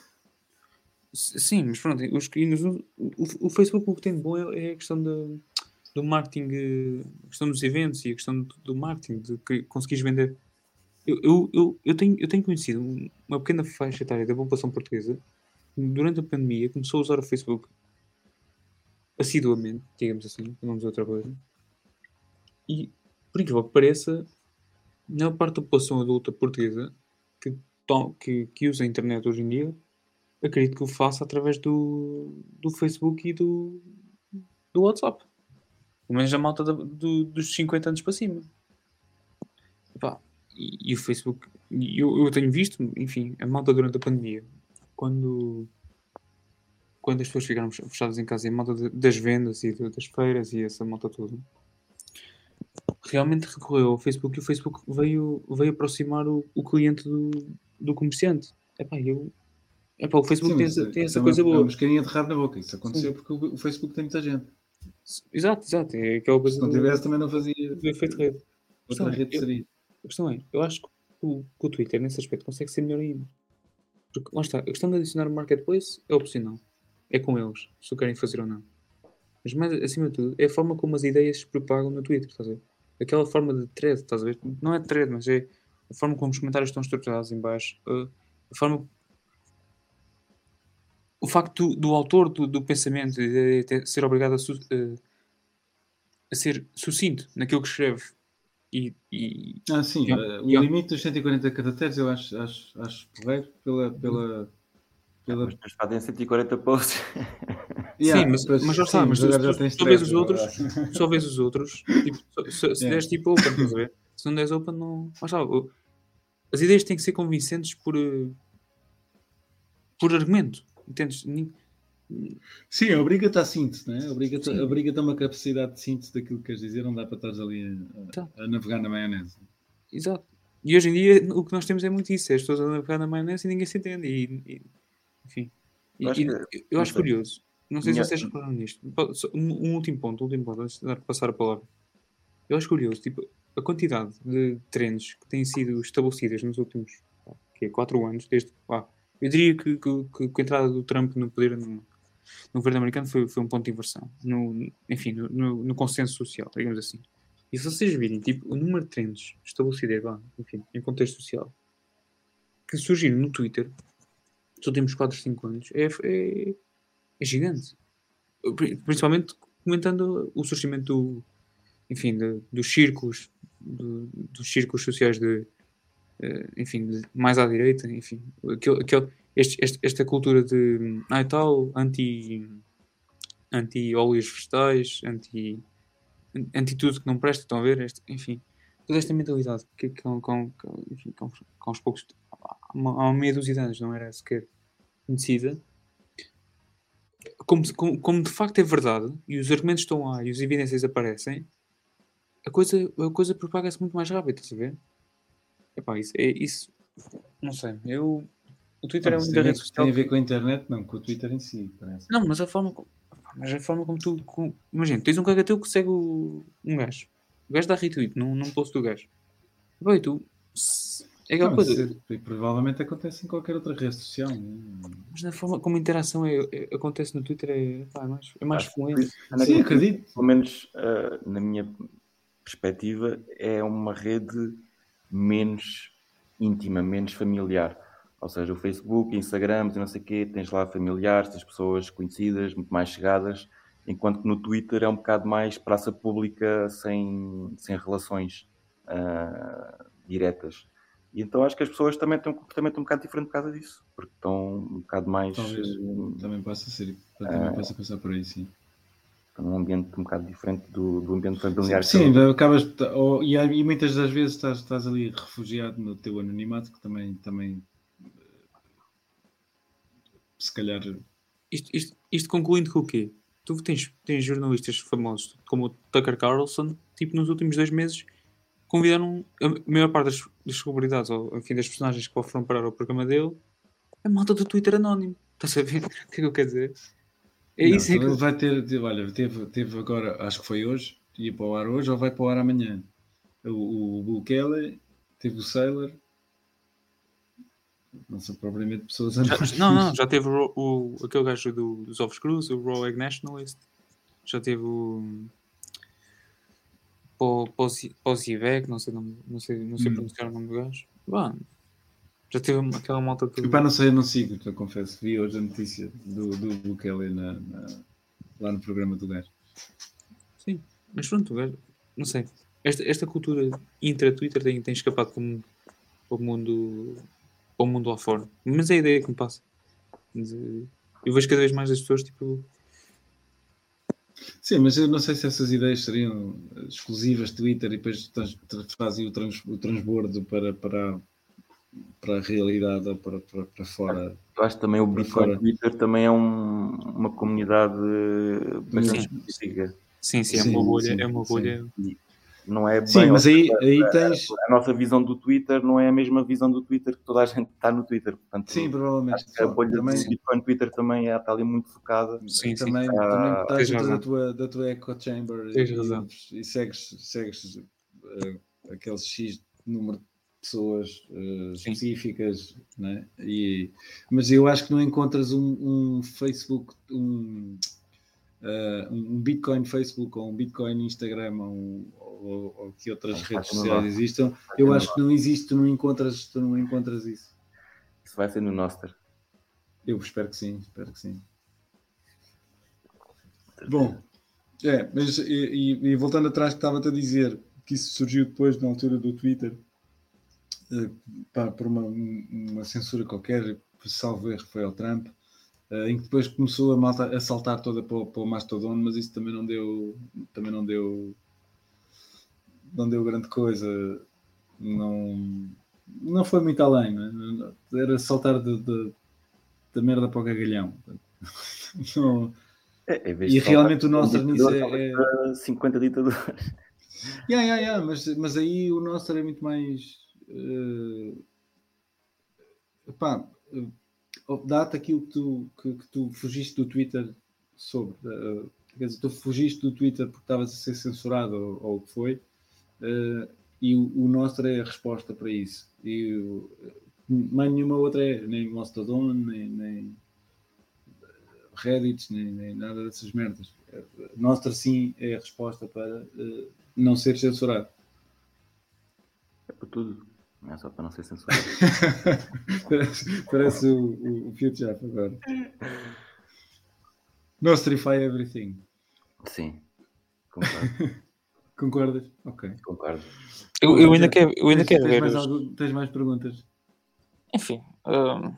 Sim, mas pronto, os, o, o Facebook o que tem de bom é, é a questão da, do marketing, a questão dos eventos e a questão do, do marketing, de que conseguires vender. Eu, eu, eu, eu, tenho, eu tenho conhecido uma pequena faixa etária da população portuguesa que durante a pandemia começou a usar o Facebook assiduamente, digamos assim, não dizer outra coisa. E, por incrível que pareça, a maior parte da população adulta portuguesa que, to- que, que usa a internet hoje em dia, acredito que o faça através do, do Facebook e do, do WhatsApp. Pelo menos a malta da- do- dos cinquenta anos para cima. Epá, e, e o Facebook, e eu, eu tenho visto, enfim, a malta durante a pandemia, quando, quando as pessoas ficaram fechadas em casa, e a malta de- das vendas e de- das feiras e essa malta toda, realmente recorreu ao Facebook e o Facebook veio, veio aproximar o, o cliente do, do comerciante. Epá, eu, epá, o Facebook Sim, tem mas essa, isso, tem isso essa é uma, coisa é uma boa. mascarinha de rabo na boca. Isso aconteceu Sim. porque o, o Facebook tem muita gente. Exato, exato. É aquela coisa Se não do, tivesse, também não fazia do efeito rede. A questão outra é, rede eu, seria. a questão é, eu acho que o, que o Twitter, nesse aspecto, consegue ser melhor ainda. Porque, lá está, a questão de adicionar o marketplace é opcional. É com eles, se o querem fazer ou não. Mas, mais acima de tudo, é a forma como as ideias se propagam no Twitter, estás a ver? Aquela forma de thread, estás a ver? Não é thread, mas é a forma como os comentários estão estruturados em baixo. Uh, a forma... O facto do, do autor do, do pensamento de, de ser obrigado a, su, uh, a ser sucinto naquilo que escreve. E, e, Ah, sim. e, Uh, e, o limite dos cento e quarenta caracteres eu acho, acho, acho porreiro pela, pela, Ah, pela... mas depois fazem cento e quarenta posts. Yeah, sim, mas, pois, mas já sim, está, mas mas tu, agora já tu- tens só vês três, os é outros, verdade. só vês os outros, tipo, se, se, se Yeah. deres tipo open, estás a ver? Se não deres open, não. Lá está, o- as ideias têm que ser convincentes por, eh, por argumento, entendes? Nin- Sim, obriga-te à síntese, não é? Obriga-te Sim. obriga-te a uma capacidade de síntese daquilo que queres dizer, não dá para estar ali a, Tá. a, a navegar na maionese. Exato. E hoje em dia o que nós temos é muito isso, é as pessoas a navegar na maionese e ninguém se entende. E, e- enfim. E- Eu acho e- que, eu não acho sei, curioso. Não sei minha- se vocês repararam nisto. Pa- só Um, um último ponto, um último ponto, antes de dar- passar a palavra. Eu acho curioso, tipo, a quantidade de trends que têm sido estabelecidas nos últimos pá, que é, quatro anos, desde. Pá, eu diria que, que, que- que a entrada do Trump no poder no, no governo americano foi, foi um ponto de inversão. No, enfim, no, no, no consenso social, digamos assim. E se vocês virem, tipo, o número de trends estabelecidas lá, enfim, em contexto social, que surgiram no Twitter nos últimos quatro, cinco anos, é, é, é gigante. Pri- Principalmente comentando o surgimento do, enfim, de- dos círculos, do- dos círculos sociais de, eh, enfim, de- mais à direita, enfim, aquele, aquele- este- este- esta cultura de, ah, e tal, anti, anti-óleos vegetais, anti, anti tudo que não presta, estão a ver? Este, enfim, toda esta mentalidade que, que, com, com, com, enfim, com, com uns poucos, há uma, há uma meia dúzia de anos não era sequer conhecida, como, como, como de facto é verdade, e os argumentos estão lá e as evidências aparecem, a coisa, a coisa propaga-se muito mais rápido, estás a ver? Epá, isso, é, isso, não sei, eu, o Twitter Não, é a isso única tem, rede a- tem social a ver que, com a internet, não, com o Twitter em si, parece. não, mas a forma como, mas a forma como tu, com, imagina, tens um colega teu que segue o, um gajo, o gajo dá retweet num, num post do gajo, epá, e tu, se- é aquela Não, coisa, isso é- provavelmente acontece em qualquer outra rede social. Não é? mas na forma como a interação é, é- acontece no Twitter é, pá, é mais, é mais acho que por fluente. isso, onde é Sim, que- acredito. pelo menos ah, na minha perspectiva, é uma rede menos íntima, menos familiar. Ou seja, o Facebook, Instagram, e não sei o quê, tens lá familiares, tens pessoas conhecidas, muito mais chegadas, enquanto que no Twitter é um bocado mais praça pública sem, sem relações ah, diretas. E então acho que as pessoas também têm um comportamento um bocado diferente por causa disso, porque estão um bocado mais Talvez eh, também possa ser, também possa passar por aí, sim. estão num ambiente um bocado diferente do, do ambiente familiar. Sim, que sim, eu- acabas ou, e, há- e muitas das vezes estás, estás ali refugiado no teu anonimato, que também, também se calhar. Isto, isto, isto concluindo com o quê? Tu tens, tens jornalistas famosos como o Tucker Carlson, tipo, nos últimos dois meses convidaram a maior parte das, das celebridades, ou enfim, das personagens que foram parar ao programa dele, a malta do Twitter anónimo. Estás a ver o que é que eu quero dizer? É Não, isso é então que... ele vai ter, teve- olha, teve, teve agora, acho que foi hoje, ia para o ar hoje ou vai para o ar amanhã. O, o Bukele, teve o Sailor, não são propriamente pessoas Já, anónimas. não, não, já teve o, o, aquele gajo do, dos Ovos Cruz, o Raw Egg Nationalist, já teve o Pozivec, não sei, não, não sei, não sei Hum. pronunciar o nome do gajo. Bom, já teve uma- aquela malta toda. Epá, não sei, eu não sigo, eu confesso. Vi hoje a notícia do, do Bukele na, na, lá no programa do gajo. Sim, mas pronto, o gajo, não sei. Esta, esta cultura intra-Twitter tem, tem escapado para o mundo, para o mundo lá fora. Mas é a ideia que me passa. De- eu vejo cada vez mais as pessoas, tipo, Sim, mas eu não sei se essas ideias seriam exclusivas de Twitter e depois trans, trans, fazem o, trans, o transbordo para, para, para a realidade ou para, para, para fora. Eu acho que também o Para Bitcoin fora. Twitter também é um, uma comunidade bastante Sim. específica. sim, sim, é Sim, uma bolha, sim, é uma sim. bolha. E não é bem, Sim, mas ou aí, seja, aí tens. a nossa visão do Twitter não é a mesma visão do Twitter que toda a gente está no Twitter. Portanto, Sim, provavelmente. acho que a bolha Também, do Bitcoin Twitter também é, está ali muito focada. Sim, sim. também, Ah, também estás tens dentro da razão. tua, da tua echo chamber Tens e, razão. e segues, segues uh, aqueles X número de pessoas uh, Sim. específicas, né? E, mas eu acho que não encontras um, um Facebook, um, uh, um Bitcoin Facebook ou um Bitcoin Instagram ou, um, ou, ou que outras Não, redes vai ser no sociais nosso. existam. Vai ser Eu no acho que não existe, tu não encontras, tu não encontras isso. Isso vai ser no Nostr. Eu espero que sim, espero que sim. Bom, é, mas e, e- e voltando atrás que estava-te a dizer que isso surgiu depois na altura do Twitter, eh, pá, por uma, uma censura qualquer, salvo erro foi ao Trump, uh, em que depois começou a, malta, a saltar toda para o, para o Mastodon, mas isso também não deu, também não deu, não deu grande coisa, não, não foi muito além, não é? Era saltar de, de, da merda para o cagalhão. Não, É, em vez e de saltar realmente o para um nosso nisso ditador, é, saltas é... para cinquenta ditadores. Yeah, yeah, yeah, mas, mas aí o nosso era muito mais uh, epá, uh, dá-te aquilo que tu, que, que tu fugiste do Twitter sobre, uh, quer dizer, tu fugiste do Twitter porque estavas a ser censurado ou, ou o que foi, uh, e o, o nosso é a resposta para isso, e uh, mais nenhuma outra é, nem Mastodon, nem, nem Reddit, nem, nem nada dessas merdas. A nossa sim é a resposta para uh, não ser censurado. É para tudo, não é só para não ser censurado. parece, parece o, o, o Future agora. Nostrify everything. Sim, concordo. Concordas? Ok. Concordo. Eu, eu ainda quero, eu ainda tens, quero tens ver. Mais os... algo, tens mais perguntas? Enfim. hum,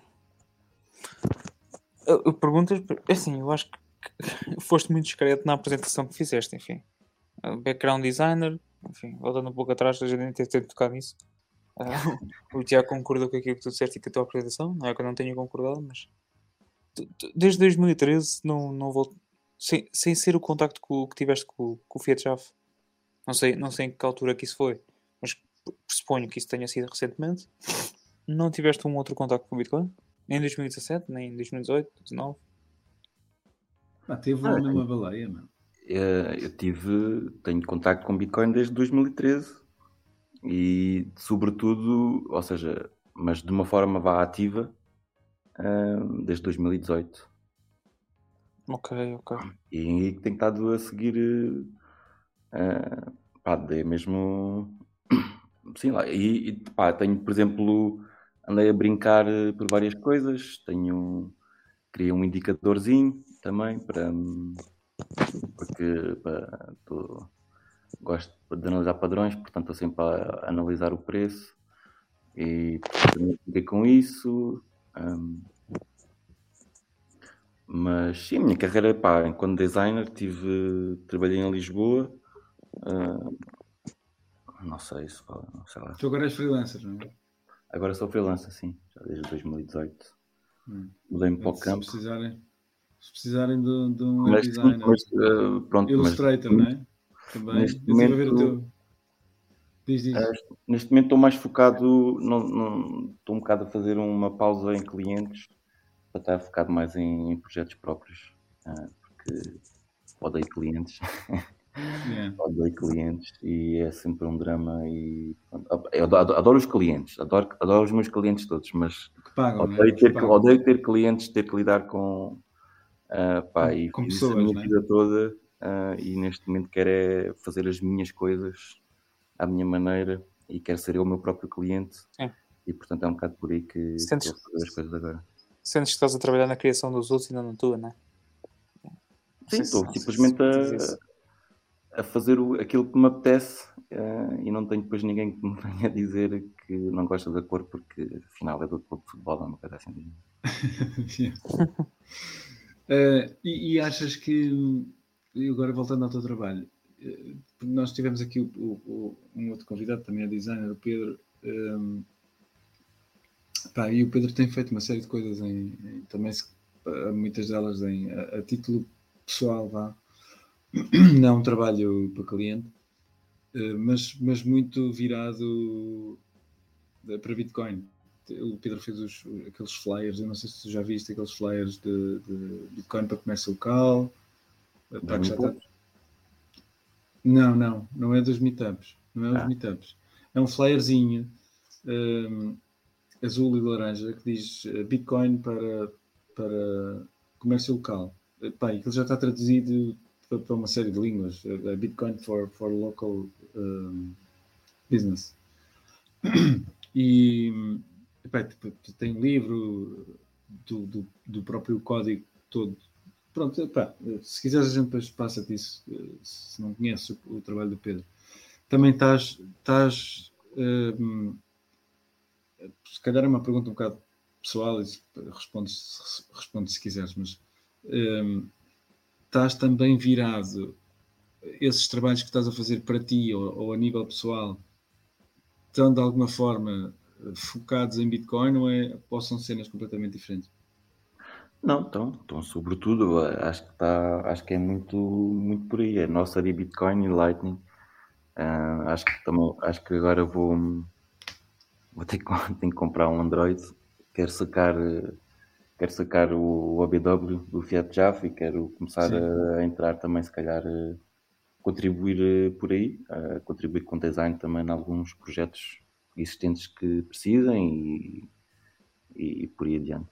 eu, eu perguntas. Assim, eu acho que foste muito discreto na apresentação que fizeste. Enfim. Uh, Background designer. Enfim, voltando um pouco atrás, a gente nem ter ter tocado nisso. Uh, o Tiago concordou com aquilo que tu disseste e com a tua apresentação. Não é que eu não tenha concordado, mas. tu- tu- Desde dois mil e treze não, não volto. Sem, sem ser o contacto que, que tiveste com, com o Fiat Java. Não sei, não sei em que altura que isso foi, mas pressuponho que isso tenha sido recentemente. Não tiveste um outro contacto com o Bitcoin? Nem em dois mil e dezassete, nem em dois mil e dezoito, dezenove? Ah, teve Ah, a mesma baleia, mano. Eh, Eu tive, tenho contacto com Bitcoin desde dois mil e treze e, sobretudo, ou seja, mas de uma forma vá ativa, ah, desde dois mil e dezoito. Ok, ok. E tenho estado a seguir, ah, pá, dei mesmo, sim lá, e, e, pá, tenho, por exemplo, andei a brincar eh, por várias coisas, tenho, criei um indicadorzinho também para, porque, pá, tô- gosto de analisar padrões, portanto estou sempre a analisar o preço e portanto também fiquei com isso. hum, mas sim, a minha carreira, pá, enquanto designer, tive, trabalhei em Lisboa. hum, não sei se fala, não sei lá. Tu agora és freelancer, não é? Agora sou freelancer, sim, já desde dois mil e dezoito. Hum. Mudei-me para o Se campo. precisarem, se precisarem de, de um web Mas sim, designer, mas uh, pronto, mas Illustrator, não é? Também. neste Eu estive a ver o momento, teu. Diz, diz. uh, neste momento estou mais focado, não, não, estou um bocado a fazer uma pausa em clientes para estar focado mais em, em projetos próprios, uh, porque odeio clientes, Yeah. odeio clientes e é sempre um drama e pronto, eu adoro, adoro os clientes, adoro, adoro os meus clientes todos, mas Que pagam, não é? odeio Que ter, que, pagam. odeio ter clientes, ter que lidar com, uh, pá, Com, e com fiz isso a pessoas, minha não é? vida toda uh, e neste momento quero é fazer as minhas coisas à minha maneira e quero ser eu o meu próprio cliente. É. E portanto é um bocado por aí que Sentes, estou a fazer as coisas agora. sentes que estás a trabalhar na criação dos outros e não na tua, não é? Não Sim, sei se, estou não sei se simplesmente diz isso. a, a fazer o, aquilo que me apetece uh, e não tenho depois ninguém que me venha dizer que não gosta da cor porque afinal é do clube de futebol, é uma coisa assim. uh, e, e achas que, e agora voltando ao teu trabalho, uh, nós tivemos aqui o, o, um outro convidado, também é designer, o Pedro, um, pá, e o Pedro tem feito uma série de coisas, em, em, também se, muitas delas em, a, a título pessoal, vá. Não um trabalho para cliente, uh, mas, mas muito virado para Bitcoin. O Pedro fez os, aqueles flyers, eu não sei se tu já viste aqueles flyers de, de Bitcoin para comércio local. Pá, que já está... Não, não, não é dos meetups. Não é os ah. meetups. É um flyerzinho um, azul e laranja que diz Bitcoin para, para comércio local. Pá, aquilo já está traduzido para, para uma série de línguas. Bitcoin for, for local um, business. E epá, tem um livro do, do, do próprio código todo. Pronto, epá, se quiseres a gente depois passa-te isso, se não conheces o, o trabalho do Pedro. Também estás, estás hum, se calhar é uma pergunta um bocado pessoal, e respondes, respondes se quiseres, mas um, estás também virado, esses trabalhos que estás a fazer para ti ou, ou a nível pessoal, estão de alguma forma focados em Bitcoin ou é, possam ser cenas completamente diferentes? Não, então, então sobretudo, acho que está, acho que é muito, muito por aí. É nossa ali Bitcoin e Lightning. Uh, acho que também, acho que agora vou, vou ter que, tenho que comprar um Android. Quero sacar, quero sacar o O B W do Fiat Jaf e quero começar a, a entrar também, se calhar, contribuir por aí, a contribuir com design também em alguns projetos existentes que precisem e, e, e por aí adiante.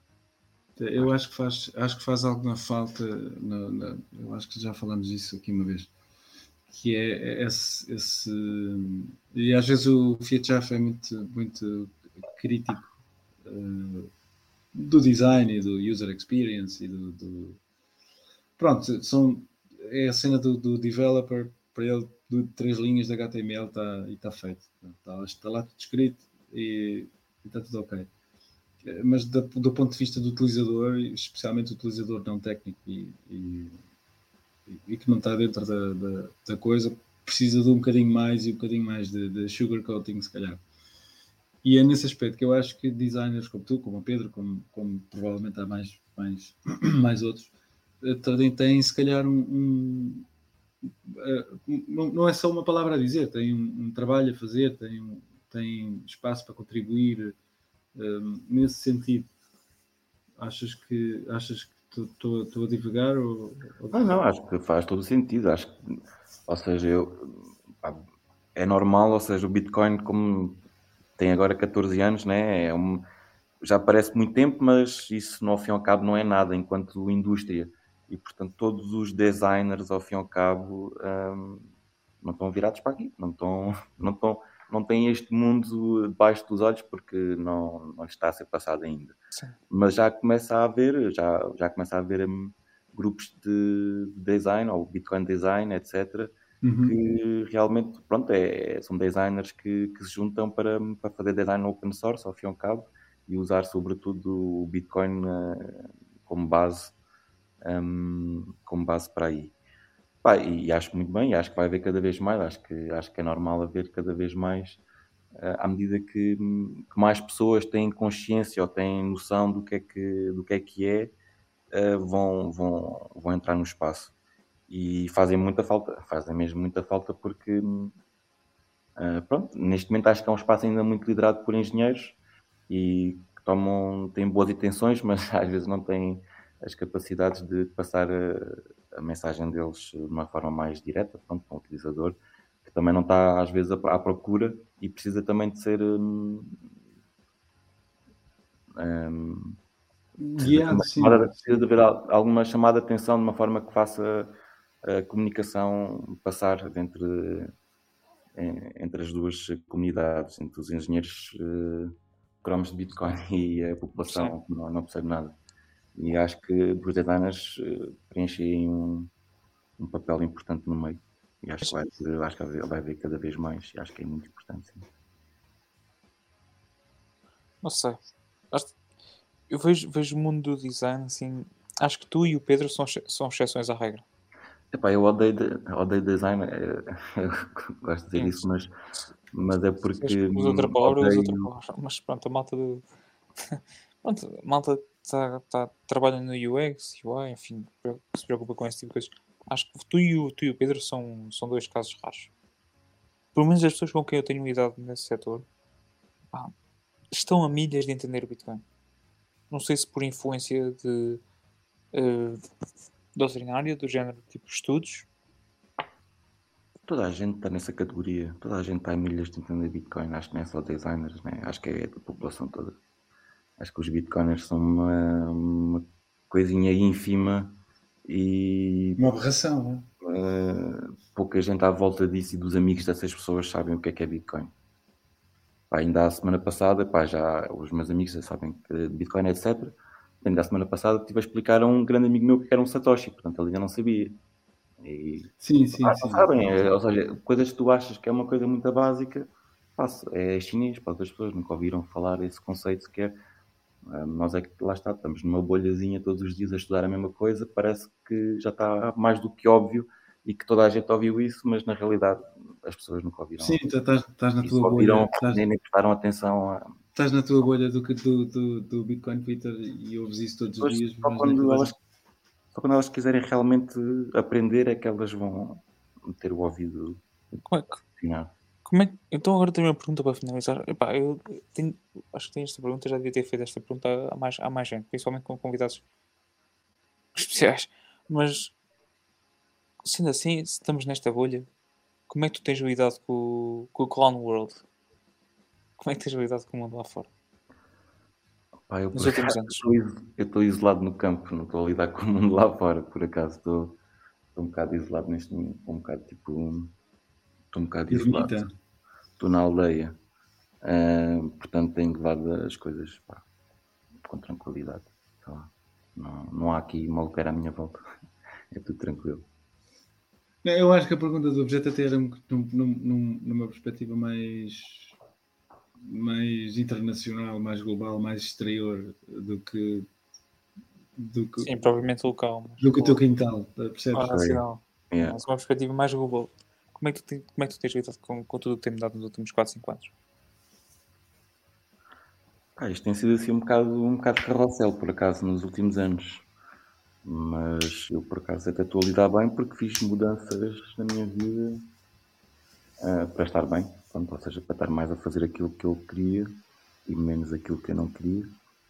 Eu acho que faz, acho que faz alguma falta, na, na, eu acho que já falamos disso aqui uma vez, que é esse, esse e às vezes o Fiat Jaf é muito, muito crítico uh, do design e do user experience e do, do... pronto, são, é a cena do, do developer, para ele de três linhas de H T M L tá, e está feito, está, está lá tudo escrito e está tudo ok. Mas do, do ponto de vista do utilizador, especialmente o utilizador não técnico e, e, e que não está dentro da, da, da coisa, precisa de um bocadinho mais e um bocadinho mais de, de sugarcoating, se calhar. E é nesse aspecto que eu acho que designers como tu, como o Pedro, como, como provavelmente há mais, mais, mais outros, também têm se calhar um, um não, não é só uma palavra a dizer, tem um, um trabalho a fazer, tem, um, tem espaço para contribuir. Um, nesse sentido, achas que achas que estou a divagar? Ou, ou... Não, não, acho que faz todo sentido. Acho que, ou seja, eu, é normal, ou seja, o Bitcoin, como tem agora catorze anos, né, é um, já parece muito tempo, mas isso, ao fim e ao cabo, não é nada enquanto indústria. E, portanto, todos os designers, ao fim e ao cabo, um, não estão virados para aqui, não estão, não estão, não têm este mundo debaixo dos olhos porque não, não está a ser passado ainda. Sim. Mas já começa a haver, já, já começa a haver um, grupos de design, ou Bitcoin design, etcétera, uhum. que realmente, pronto, é, são designers que, que se juntam para, para fazer design open source, ao fim e ao cabo, e usar sobretudo o Bitcoin uh, como base, um, como base para aí. Pá, e, e acho muito bem, e acho que vai haver cada vez mais, acho que, acho que é normal haver cada vez mais, uh, à medida que, que mais pessoas têm consciência ou têm noção do que é que, do que é, que é uh, vão, vão, vão entrar no espaço. E fazem muita falta, fazem mesmo muita falta porque, uh, pronto, neste momento acho que é um espaço ainda muito liderado por engenheiros e que tomam, têm boas intenções, mas às vezes não têm as capacidades de passar a, a mensagem deles de uma forma mais direta, pronto, para o utilizador, que também não está às vezes à procura e precisa também de ser um, um, precisa, yeah, de chamada, precisa de haver alguma chamada de atenção de uma forma que faça a comunicação passar entre, entre as duas comunidades, entre os engenheiros uh, cromos de Bitcoin e a população que não, não percebe nada. E acho que os designers uh, preenchem um, um papel importante no meio. E acho que vai, acho que vai haver cada vez mais. E acho que é muito importante. Sim. Não sei. Eu vejo, vejo o mundo do design assim. Acho que tu e o Pedro são, são exceções à regra. Epá, eu odeio, odeio design. Eu gosto de dizer Sim. isso, mas, mas é porque. Usa outra palavra, odeio... outra palavra. Mas pronto, a malta de. Pronto, a malta tá, tá, trabalha no U X, U I, enfim, se preocupa com esse tipo de coisas. Acho que tu e o, tu e o Pedro são, são dois casos raros. Pelo menos as pessoas com quem eu tenho idade nesse setor ah, estão a milhas de entender o Bitcoin. Não sei se por influência de uh, doutrinária, do género tipo estudos. Toda a gente está nessa categoria. Toda a gente está a milhas de entender Bitcoin. Acho que não é só designers, né? Acho que é a população toda. Acho que os Bitcoiners são uma, uma coisinha ínfima e... uma aberração, não é? Uh, pouca gente à volta disso e dos amigos dessas pessoas sabem o que é que é Bitcoin. Pá, ainda a semana passada, pá, já os meus amigos já sabem que Bitcoin é etcétera. Ainda a semana passada estive a explicar a um grande amigo meu que era um Satoshi, portanto ele ainda não sabia. E, sim, sim, pá, sim. Sabem, é, ou seja, coisas que tu achas que é uma coisa muito básica, pá, é chinês para outras pessoas, nunca ouviram falar esse conceito sequer. Uh, nós é que lá está, estamos numa bolhazinha todos os dias a estudar a mesma coisa, parece que já está mais do que óbvio e que toda a gente ouviu isso, mas na realidade as pessoas nunca ouviram. Sim, estás, estás na E tua só bolha. ouviram, Estás, nem, nem prestaram atenção a... estás na tua bolha do, do, do, do Bitcoin Twitter e ouves isso todos os dias. Só Mas quando, nem elas, só quando elas quiserem realmente aprender é que elas vão meter o ouvido Como é que, final. como é que, então agora tenho uma pergunta para finalizar. Epá, eu tenho, acho que tenho esta pergunta, já devia ter feito esta pergunta a mais, a mais gente, principalmente com convidados especiais. Mas, sendo assim, se estamos nesta bolha, como é que tu tens lidado com, com o Clown World? Como é que tens lidado com o mundo lá fora? Pá, eu, Nos por últimos acaso, anos. estou is- eu estou isolado no campo, não estou a lidar com o mundo lá fora, por acaso. Estou, estou um bocado isolado neste momento, estou um bocado tipo. Estou um bocado isolado. ermita. Estou na aldeia. Ah, portanto, tenho levado as coisas pá, com tranquilidade. Sei lá. Não, não há aqui maluqueira à minha volta. É tudo tranquilo. Não, eu acho que a pergunta do objeto até era num, num- num- numa perspectiva mais, mais internacional, mais global, mais exterior do que, do que, Sim, provavelmente local, mas do que o teu com quintal, a percebes? nacional. Yeah. Mas uma perspectiva mais global. Como é que tu, te- como é que tu tens lidado com, com tudo o que tem mudado nos últimos quatro, cinco anos? Pá, isto tem sido assim um bocado, um bocado carrossel, por acaso, nos últimos anos. Mas eu, por acaso, até estou a lidar bem porque fiz mudanças na minha vida ah, para estar bem. Pronto, ou seja, para estar mais a fazer aquilo que eu queria e menos aquilo que eu não queria.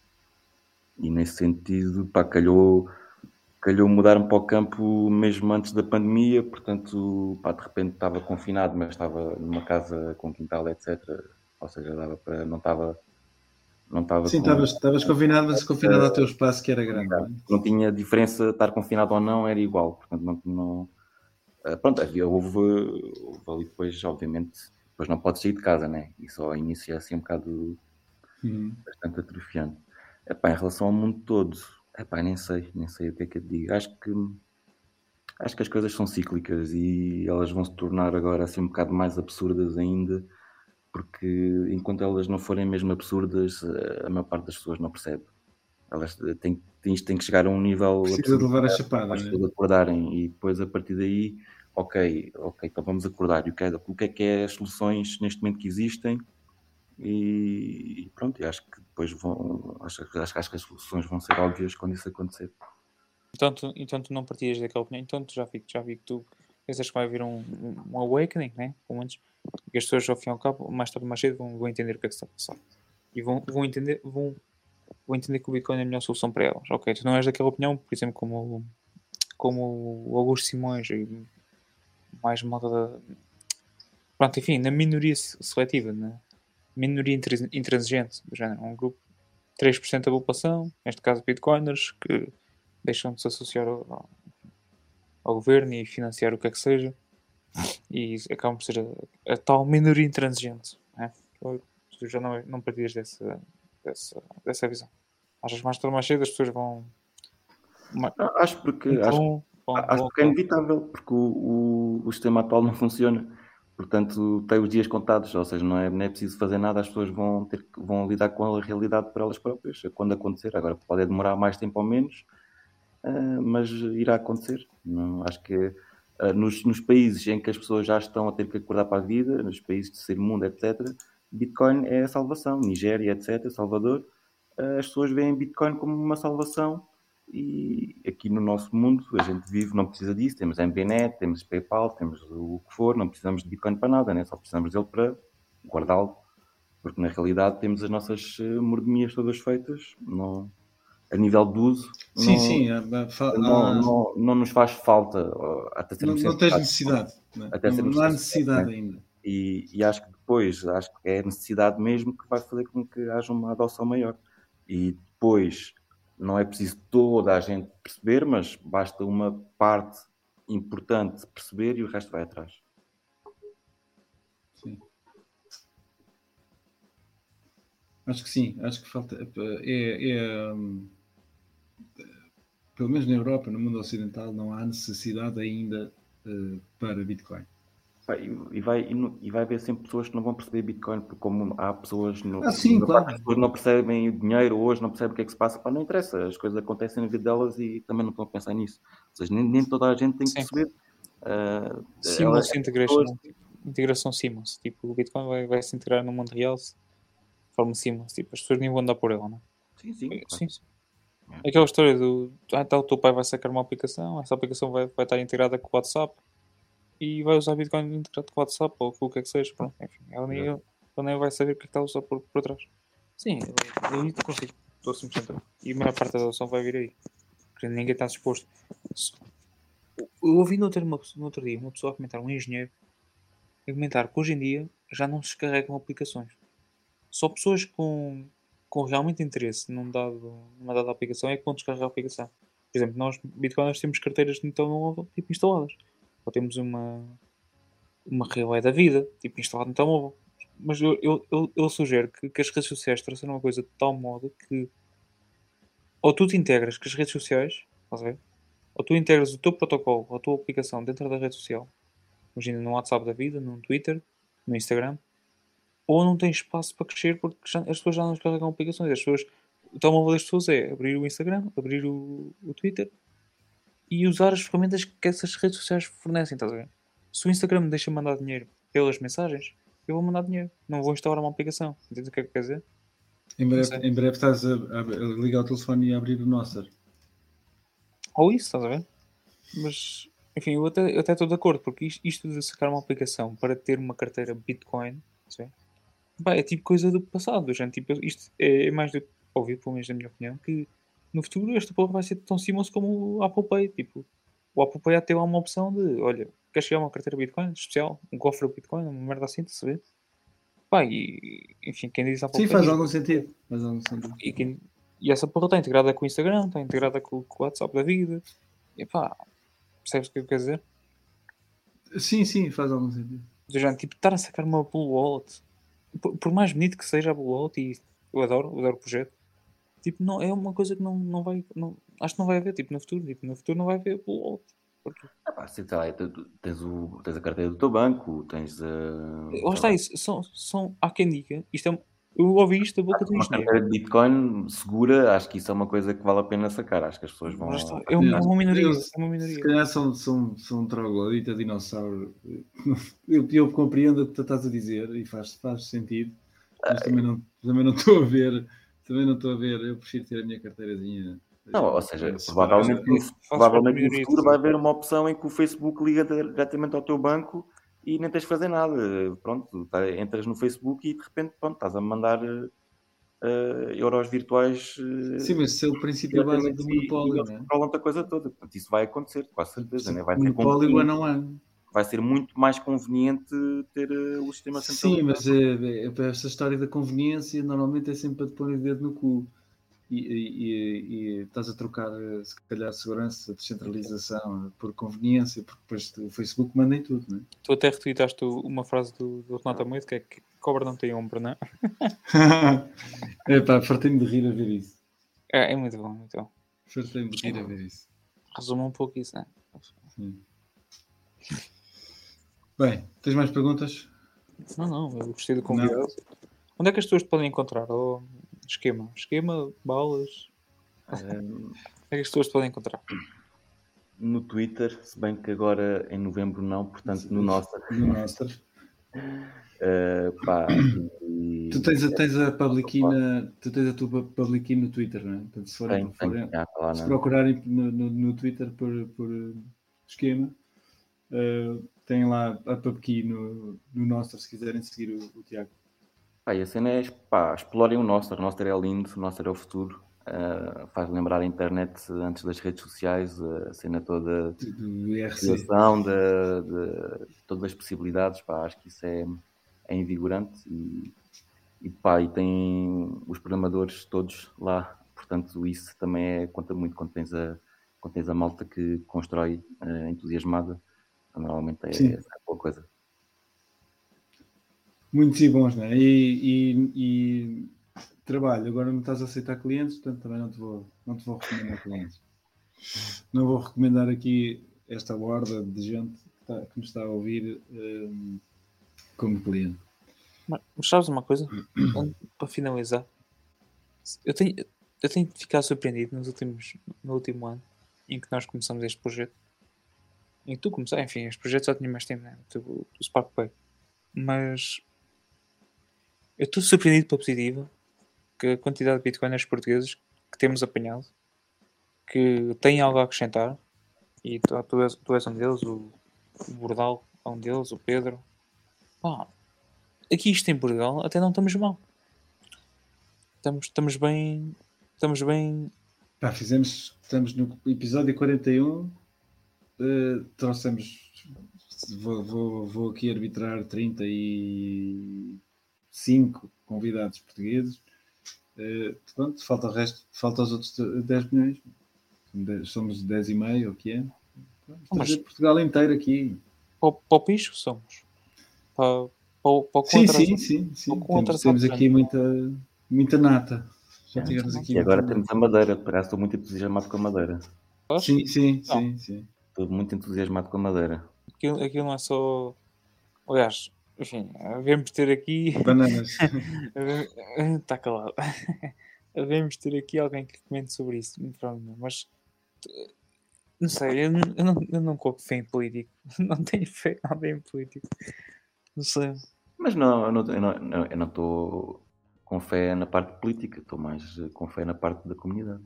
E nesse sentido, pá, calhou, calhou mudar-me para o campo mesmo antes da pandemia. Portanto, pá, de repente estava confinado, mas estava numa casa com quintal, etcétera. Ou seja, dava para, não estava, não estava Sim, com estavas, estavas confinado, mas confinado ao teu espaço que era grande, não é? não tinha diferença estar confinado ou não, era igual. Portanto, não, não uh, pronto, havia, houve, houve ali depois, obviamente, depois não pode sair de casa, né? E só ao início é assim um bocado Uhum. bastante atrofiante. Epá, em relação ao mundo todo, epá, nem sei, nem sei o que é que eu te digo. Acho que acho que as coisas são cíclicas e elas vão se tornar agora assim um bocado mais absurdas ainda, porque enquanto elas não forem mesmo absurdas, a maior parte das pessoas não percebe. Elas têm, têm, têm que chegar a um nível Precisa de absurdo levar a para chapada, as não é? pessoas acordarem e depois a partir daí, ok, ok, então vamos acordar. E o que é, o que é que é as soluções neste momento que existem? E, e pronto, e acho que depois vão, acho, acho, acho que as soluções vão ser óbvias quando isso acontecer. Então tu, então tu não partilhas daquela opinião. Então tu já vi, já vi que tu pensas que vai haver um, um, um awakening, né? Pelo menos. Que as pessoas, ao fim e ao cabo, mais tarde ou mais cedo, vão, vão entender o que é que se está a passar. E vão, vão, entender, vão, vão entender que o Bitcoin é a melhor solução para elas. Ok, tu não és daquela opinião, por exemplo, como, como o Augusto Simões e mais malta da. Pronto, enfim, na minoria seletiva, na minoria intransigente, do género. Um grupo, três por cento da população, neste caso bitcoiners, que deixam de se associar ao, ao governo e financiar o que é que seja, e acabam por ser a, a tal minoria intransigente. Né? Tu já não, não partilhas dessa, dessa, dessa visão. Achas que mais tarde ou mais cedo as pessoas vão. Acho porque acho, Então, vão, acho vão, que é inevitável, porque o, o, o sistema atual não funciona. Portanto, tem os dias contados, ou seja, não é, não é preciso fazer nada, as pessoas vão, ter, vão lidar com a realidade por elas próprias, quando acontecer. Agora, pode demorar mais tempo ou menos, uh, mas irá acontecer. Não, acho que uh, nos, nos países em que as pessoas já estão a ter que acordar para a vida, nos países de terceiro mundo, etcétera, Bitcoin é a salvação. Nigéria, etcétera, Salvador, uh, as pessoas veem Bitcoin como uma salvação. E aqui no nosso mundo a gente vive, não precisa disso, temos M B Net, temos PayPal, temos o que for, não precisamos de Bitcoin para nada, né? Só precisamos dele para guardá-lo, porque na realidade temos as nossas uh, mordomias todas feitas, não, a nível de uso, Sim, não, sim, há, há, não, há, não, não nos faz falta uh, até não, sermos não tens censurados, necessidade, não, é? até não, sermos não há censurados, né? necessidade ainda. E, e acho que depois, acho que é a necessidade mesmo que vai fazer com que haja uma adoção maior. E depois, não é preciso toda a gente perceber, mas basta uma parte importante perceber e o resto vai atrás. Sim. Acho que sim, acho que falta. É, é, um, pelo menos na Europa, no mundo ocidental, não há necessidade ainda uh, para Bitcoin. Pá, e, e vai, e, no- e vai haver sempre pessoas que não vão perceber Bitcoin, porque como há pessoas, no, Ah, sim, a claro. parte das pessoas não percebem o dinheiro hoje, não percebem o que é que se passa, pá, não interessa, as coisas acontecem na vida delas e também não estão a pensar nisso. Ou seja, nem, nem toda a gente tem que Sim. perceber. ah, ela, Seamless essas integration, pessoas, né? Tipo, integração seamless. Tipo, o Bitcoin vai, vai se integrar no mundo real de forma seamless. Tipo, as pessoas nem vão andar por ela, não sim, sim, é? claro. Sim, sim. É. Aquela história do. Ah, então o teu pai vai sacar uma aplicação, essa aplicação vai, vai estar integrada com o WhatsApp e vai usar Bitcoin integrado com o WhatsApp ou com o que é que seja. Pronto, enfim, ela nem, Exato. ela nem vai saber o que é que está a usar por, por trás. Sim, eu, eu eu consigo. Estou cem por cento. E a maior parte da adoção vai vir aí. Porque ninguém está disposto. Se- Eu ouvi no outro, uma, no outro dia uma pessoa a comentar, um engenheiro, a comentar que hoje em dia já não se descarregam aplicações. Só pessoas com, com realmente interesse num dado, numa dada aplicação é que vão descarregar a aplicação. Por exemplo, nós, Bitcoiners, temos carteiras no telemóvel tipo instaladas. Ou temos uma, uma Relay da vida, tipo instalada no telemóvel. Mas eu, eu, eu, eu sugiro que, que as redes sociais trouxeram uma coisa de tal modo que ou tu te integras com as redes sociais, estás a ver? Ou tu integras o teu protocolo ou a tua aplicação dentro da rede social. Imagina no WhatsApp da vida, no Twitter, no Instagram, ou não tem espaço para crescer porque já- as pessoas já não descarregam aplicações. As pessoas, o telemóvel das pessoas é abrir o Instagram, abrir o, o Twitter e usar as ferramentas que essas redes sociais fornecem, estás a ver? Se o Instagram me deixa mandar dinheiro pelas mensagens, eu vou mandar dinheiro. Não vou instalar uma aplicação. Entendes o que é que quer dizer? Em Não breve, sei. em breve estás a, a- a ligar o telefone e a abrir o Nostr. Ou isso, estás a ver? Mas, enfim, eu até eu até estou de acordo, porque isto, isto de sacar uma aplicação para ter uma carteira Bitcoin, sim, pá, é tipo coisa do passado. Do género, tipo, isto é mais do óbvio, pelo menos na minha opinião, que no futuro esta porra vai ser tão simples como o Apple Pay. Tipo, o Apple Pay até lá uma opção de, olha, queres criar uma carteira Bitcoin especial? Um cofre Bitcoin, uma merda assim, de se ver? Pá, e, enfim, quem diz Apple Sim, Pay faz diz algum Google Pay. sentido. Faz algum sentido. E, quem- e essa porra está integrada com o Instagram, está integrada com, com o WhatsApp da vida. E pá, percebes o que eu quero dizer? Sim, sim, faz algum sentido. Do género, tipo, estar a sacar uma Blue Wallet, por, por mais bonito que seja a Blue Wallet, e eu adoro, eu adoro o projeto, tipo, não, é uma coisa que não, não vai, não, acho que não vai haver, tipo, no futuro, tipo, no futuro não vai haver Blue Wallet. Porque, Ah, pá, sei lá, tu- tu tens, o, tens a carteira do teu banco, tens a, lá sei está lá, isso, são, são, há quem diga, isto é, um- eu ouvi isto da boca do uma engenheiro, carteira de Bitcoin segura, acho que isso é uma coisa que vale a pena sacar. Acho que as pessoas mas lá está, vão. é uma, é Acho uma Eu, minoria, se é uma se minoria. calhar são, são, são um troglodita dinossauro. Eu, eu compreendo o que tu estás a dizer e faz, faz sentido, mas também não, também não estou a ver. Também não estou a ver. Eu prefiro ter a minha carteirazinha. Não, ou eh, seja, Faz, provavelmente no, faz parte da provavelmente no minoria, futuro estás a vai ver? haver uma opção em que o Facebook liga diretamente ao teu banco e nem tens de fazer nada. Pronto, tá- entras no Facebook e de repente pronto, estás a mandar eh, euros virtuais sim, eh, mas isso é o princípio básico diretamente do e, e monopólio, eles não é? controlam a coisa toda. Portanto, isso vai acontecer, com a certeza, Se né? Vai o ser monopólio é conveniente, não há. vai ser muito mais conveniente ter eh, o sistema Sim, centralizado. mas é, é, essa história da conveniência normalmente é sempre para te pôr o dedo no cu. E, e, e, e estás a trocar, eh, se calhar, segurança, descentralização por conveniência, porque depois o Facebook manda em tudo, não Tu até retweetaste o- uma frase do, do Renato Amoedo que é que cobra não tem ombro, não é? é? Epá, fartei-me de rir a ver isso. É, é muito bom, muito bom. Fartei-me de rir a ver isso. Resume um pouco isso, né? Sim. Bem, tens mais perguntas? Não, não, eu gostei do Não. convidado. Onde é que as pessoas te podem encontrar? Oh, esquema. Esquema, balas. Eh, Onde é que as pessoas te podem encontrar? no Twitter, se bem que agora em novembro não, portanto no nosso. No Nostr. Uh, pá, e, Tu tens a, tens a publiquina, tu tens a tua publiquina no Twitter, não é? Portanto, se forem, tem, forem tem, já, tá lá, se né? procurarem no, no, no Twitter por, por uh, esquema, uh, tem lá a publiquina no, no Nostr, se quiserem seguir o, o Tiago. Pá, e a cena é, pá, explorem o nosso, o nosso é lindo, o nosso é o futuro. Uh, faz lembrar a internet antes das redes sociais, a cena toda Do, do I R C. criação de, de todas as possibilidades, pá, acho que isso é, é invigorante e, e, pá, e tem os programadores todos lá, portanto isso também é, conta muito quando tens a, quando tens a malta que constrói uh, entusiasmada, normalmente é Sim. essa boa coisa. Muitos e bons, não é? E, e, e trabalho, agora não estás a aceitar clientes, portanto também não te vou, não te vou recomendar clientes. Não vou recomendar aqui esta horda de gente está, que nos está a ouvir um, como cliente. Mas, mas sabes uma coisa? Para finalizar, eu tenho, eu tenho ficado surpreendido nos últimos, no último ano em que nós começamos este projeto. Em que tu começaste, enfim, este projeto já tinha mais tempo, né? O, o Spark Pay. Mas eu estou surpreendido pela positiva que a quantidade de bitcoiners portugueses que temos apanhado, que têm algo a acrescentar, e tu, tu, és, tu és um deles, o, o Bordal é um deles, o Pedro. Pá, aqui isto em Portugal até não estamos mal. Estamos, estamos bem. Estamos bem. Pá, fizemos, estamos no episódio quarenta e um, uh, trouxemos, vou, vou, vou aqui arbitrar trinta e cinco convidados portugueses. Uh, pronto, falta o resto, falta os outros dez milhões. Somos dez e meio, o que é? Estamos a Portugal inteiro aqui. Para, para o picho somos. Para, para, para sim, sim, sim, sim. Temos, temos aqui muita, muita nata. Já é, tivemos aqui e agora temos nata. A Madeira. Parece que estou muito entusiasmado com a Madeira. Sim, sim, não. sim, sim. Estou muito entusiasmado com a Madeira. Aquilo, aquilo não é só... Aliás, enfim, devemos ter aqui... Bananas. Está calado. Devemos ter aqui alguém que comente sobre isso. Mas... Não sei, eu não, eu não, eu não coloco fé em político. Não tenho fé nada em político. Não sei. Mas não, eu não estou não, eu não estou com fé na parte política, estou mais com fé na parte da comunidade.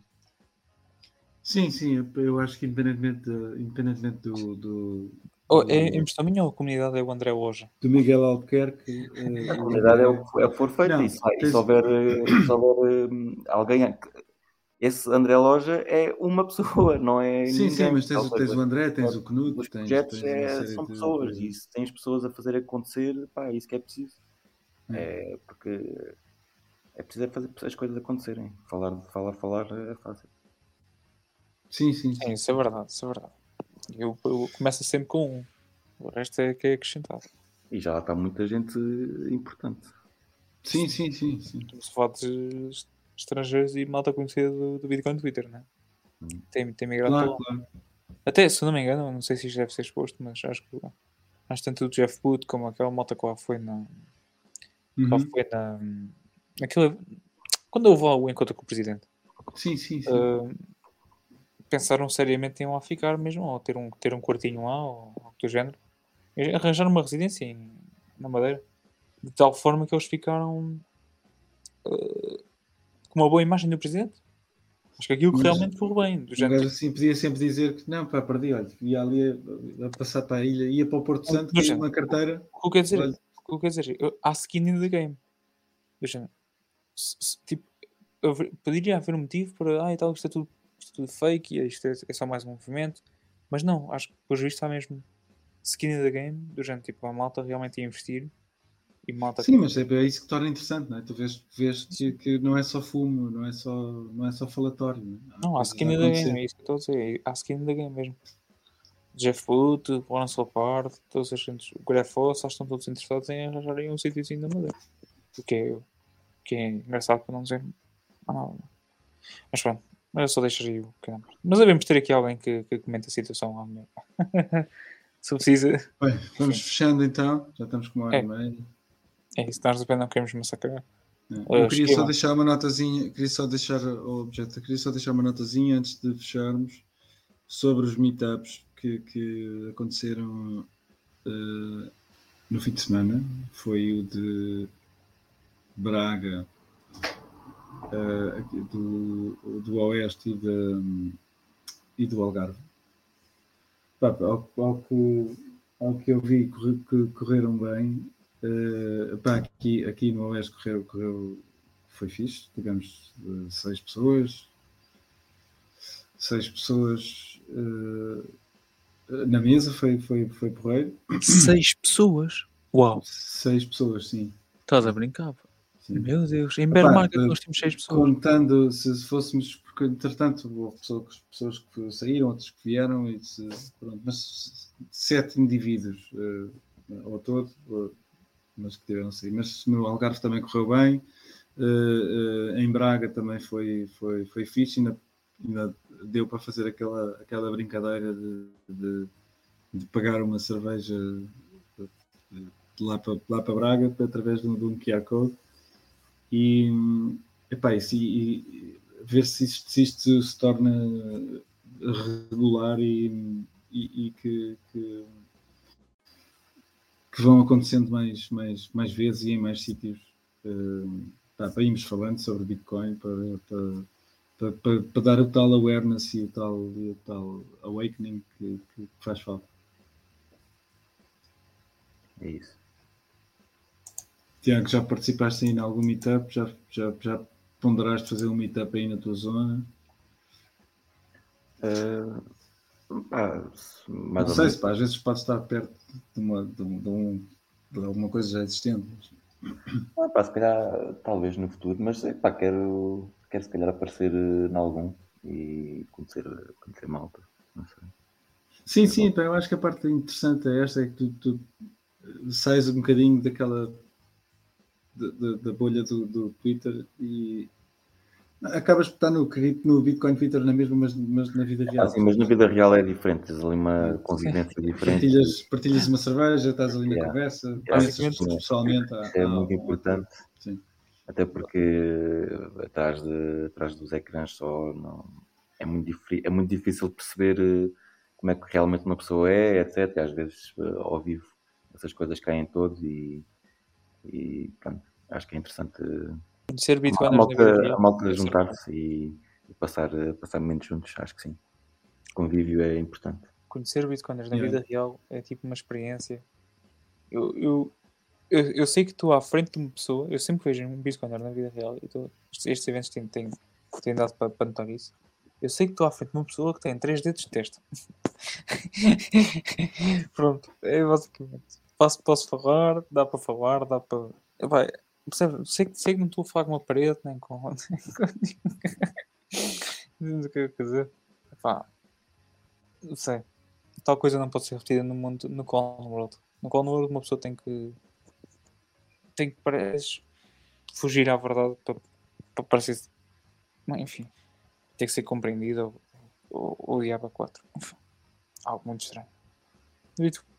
Sim, sim, eu acho que independentemente, independentemente do... do, oh, do é impressão minha ou a comunidade é o André Loja? Do Miguel Albuquerque. A uh, comunidade é o, é o que for feito. Não, e se, tens... se houver, se houver um, alguém... Esse André Loja é uma pessoa, não é sim, ninguém. Sim, mas tens, tens o André, tens o Knut, os tens, projetos tens é, são de... pessoas, e se tens pessoas a fazer acontecer, pá, é isso que é preciso. É, é porque é preciso fazer as coisas acontecerem. Falar, falar, falar é fácil. Sim, sim. Sim, isso é verdade, isso é verdade. Eu, eu começo sempre com um, o resto é que é acrescentado. E já está muita gente importante. Sim, sim, sim. sim. Estamos a falar de estrangeiros e malta conhecida do, do Bitcoin Twitter, não é? Hum. Tem, tem migrado claro, para lá. Claro. Até, se eu não me engano, não sei se isto deve ser exposto, mas acho que acho tanto o Jeff Booth como aquela malta que lá foi na. Uhum. Lá foi na. Naquela, quando houve lá o encontro com o presidente. Sim, sim, sim. Uh, pensaram seriamente em lá ficar mesmo, ou ter um, ter um quartinho lá, ou algo do género. Arranjar uma residência em, na Madeira. De tal forma que eles ficaram uh, com uma boa imagem do presidente. Acho que aquilo que realmente correu bem. Do um gajo assim podia sempre dizer que não, pá, perdi, olha, ia ali a, a passar para a ilha, ia para o Porto Santo, tinha uma carteira. O que quer dizer? O que quer dizer? Há skin in the game. Veja, se, se, tipo, poderia haver um motivo para, ah, e tal, isto é tudo, isto é tudo fake, e isto é, é só mais um movimento. Mas não, acho que por visto há mesmo skin in the game, do género, tipo, a malta realmente ia investir. E malta Sim, que... mas é, é isso que torna interessante, não é? Tu vês, vês que, que não é só fumo, não é só, não é só falatório. Não, é? Não há skin in the game, é isso que eu estou a dizer. Há skin in the game mesmo. Jeff Booth, Lawrence Lepard, todos os gente, o Greg Foss, estão todos interessados em arranjarem um sítiozinho da Madeira. O que é, o que é engraçado para não dizer nada. Mas pronto, mas eu só deixaria o canal. Mas devemos ter aqui alguém que, que comente a situação lá mesmo. Se precisa. Bem, vamos fechando então, já estamos com uma hora é. e meia. É isso, nós apenas não queremos massacrar. É. Eu uh, queria só deixar uma notazinha, queria só deixar o objeto, queria só deixar uma notazinha antes de fecharmos sobre os meetups que, que aconteceram uh, no fim de semana. Foi o de Braga, uh, do, do Oeste e, de, e do Algarve. Pá, ao, ao, que, ao que eu vi que correram bem. Uh, pá, aqui, aqui no Oeste correu, correu, foi fixe, tivemos uh, seis pessoas, seis pessoas uh, na mesa, foi, foi, foi porreiro. Seis pessoas? Uau! Seis pessoas, sim. Estás a brincar? Sim. Meu Deus, em Bermarca nós tínhamos seis pessoas. Contando, se fôssemos, porque entretanto houve pessoas, pessoas que saíram, outras que vieram, e se, pronto, mas sete indivíduos uh, ao todo. Uh, mas que tiveram sair. Mas no Algarve também correu bem, uh, uh, em Braga também foi, foi, foi fixe, ainda, ainda deu para fazer aquela, aquela brincadeira de, de, de pagar uma cerveja de lá para, lá para Braga através de um, de um Q R Code e, epá, e, se, e ver se isto, se isto se torna regular e, e, e que, que, que vão acontecendo mais, mais, mais vezes e em mais sítios, uh, pá, para irmos falando sobre Bitcoin, para, para, para, para, para dar o tal awareness e o tal, e o tal awakening que, que faz falta. É isso. Tiago, já participaste aí em algum meetup? Já, já, já ponderaste fazer um meetup aí na tua zona? Uh, pá, mais não ou sei menos. se pá, às vezes pode estar perto de, uma, de, um, de, um, de alguma coisa já existente. Ah, pá, se calhar, talvez no futuro, mas pá, quero, quero se calhar aparecer em algum e conhecer, conhecer malta. Não sei. Sim, é sim, pá, eu acho que a parte interessante é esta, é que tu, tu sais um bocadinho daquela da, da, da bolha do, do Twitter e acabas por estar no, no Bitcoin Twitter na mesma, mas, mas na vida real. Ah, sim, mas na vida real é diferente, tens ali uma é. convivência diferente. Partilhas, partilhas uma cerveja, estás ali yeah. na conversa, yeah. conheces as pessoas pessoalmente. Há, é há, muito importante, sim. Até porque atrás, de, atrás dos ecrãs só não, é, muito é muito difícil perceber como é que realmente uma pessoa é, etcétera. E às vezes ao vivo essas coisas caem todos e, e pronto, acho que é interessante conhecer Bitcoiners a malta, na vida real. a malta juntar-se e, e passar, passar momentos juntos, acho que sim. O convívio é importante. Conhecer Bitcoiners na Yeah. vida real é tipo uma experiência. Eu, eu, eu, eu sei que estou à frente de uma pessoa, eu sempre vejo um Bitcoiner na vida real, e tô, estes eventos têm, têm, têm dado para, para notar isso. Eu sei que estou à frente de uma pessoa que tem três dedos de testa. Pronto, é basicamente. Posso, posso falar, dá para falar, dá para. Vai, percebe? Sei, sei que não estou a falar com uma parede, nem com. Não sei o que eu quero dizer. Pá, não sei. Tal coisa não pode ser repetida no mundo, no Clone World. No Clone World uma pessoa tem que. tem que parece, fugir à verdade para, para parecer. Enfim, tem que ser compreendido ou, ou, ou diabo quatro. Enfim, algo muito estranho. E tu?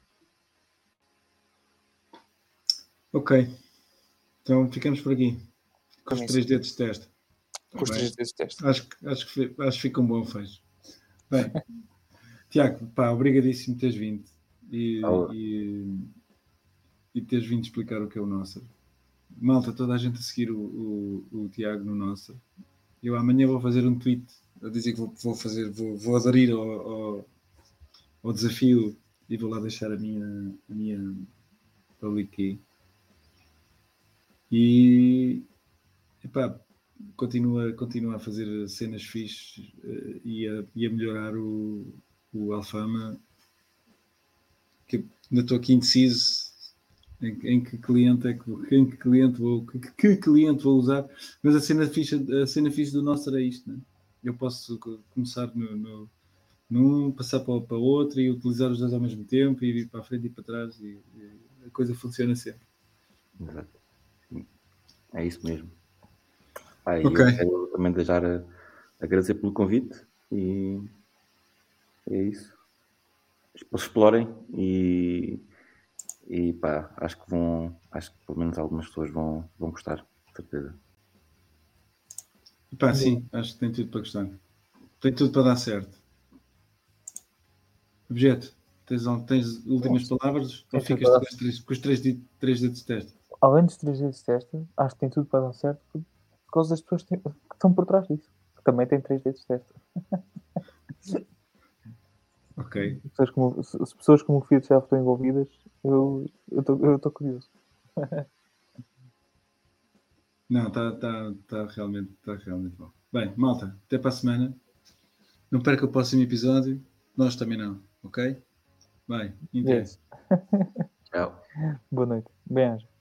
Ok. Então ficamos por aqui. Com Como os isso? três dedos de testa. Com os três dedos de testa. Acho, acho, que, acho que fica um bom fecho. Bem, Tiago, pá, obrigadíssimo por teres vindo e, Oh. e, e teres vindo explicar o que é o Nossa. Malta, toda a gente a seguir o, o, o Tiago no Nossa. Eu amanhã vou fazer um tweet a dizer que vou, vou fazer, vou, vou aderir ao, ao, ao desafio e vou lá deixar a minha, a minha public key. E epá, continua, continua a fazer cenas fixes uh, e, a, e a melhorar o, o Alfama, que ainda estou aqui indeciso em, em que cliente é que em que cliente vou que, que cliente vou usar, mas a cena fixe, a cena fixe do nosso era isto, né? Eu posso começar no, no, num, passar para, para outro e utilizar os dois ao mesmo tempo e ir para a frente e para trás e, e a coisa funciona sempre. Exato. É isso mesmo. Ah, ok. Eu quero também deixar a, agradecer pelo convite e é isso. Explorem e, e pá, acho que vão, acho que pelo menos algumas pessoas vão, vão gostar, com certeza. Pá, sim, acho que tem tudo para gostar. Tem tudo para dar certo. Objeto, tens, tens últimas palavras ou ficas com os três, com os três, três dedos de testa? Além dos três dedos de testa, acho que tem tudo para dar certo por, por causa das pessoas que, que estão por trás disso. Que também têm três dedos de testa. Ok. Pessoas como, se, se pessoas como o Fiat já estão envolvidas, eu estou curioso. Não, está tá, tá realmente, tá realmente bom. Bem, malta, até para a semana. Não perca o próximo episódio. Nós também não, ok? Bem, Yes. Tchau. Boa noite. Bem-aja.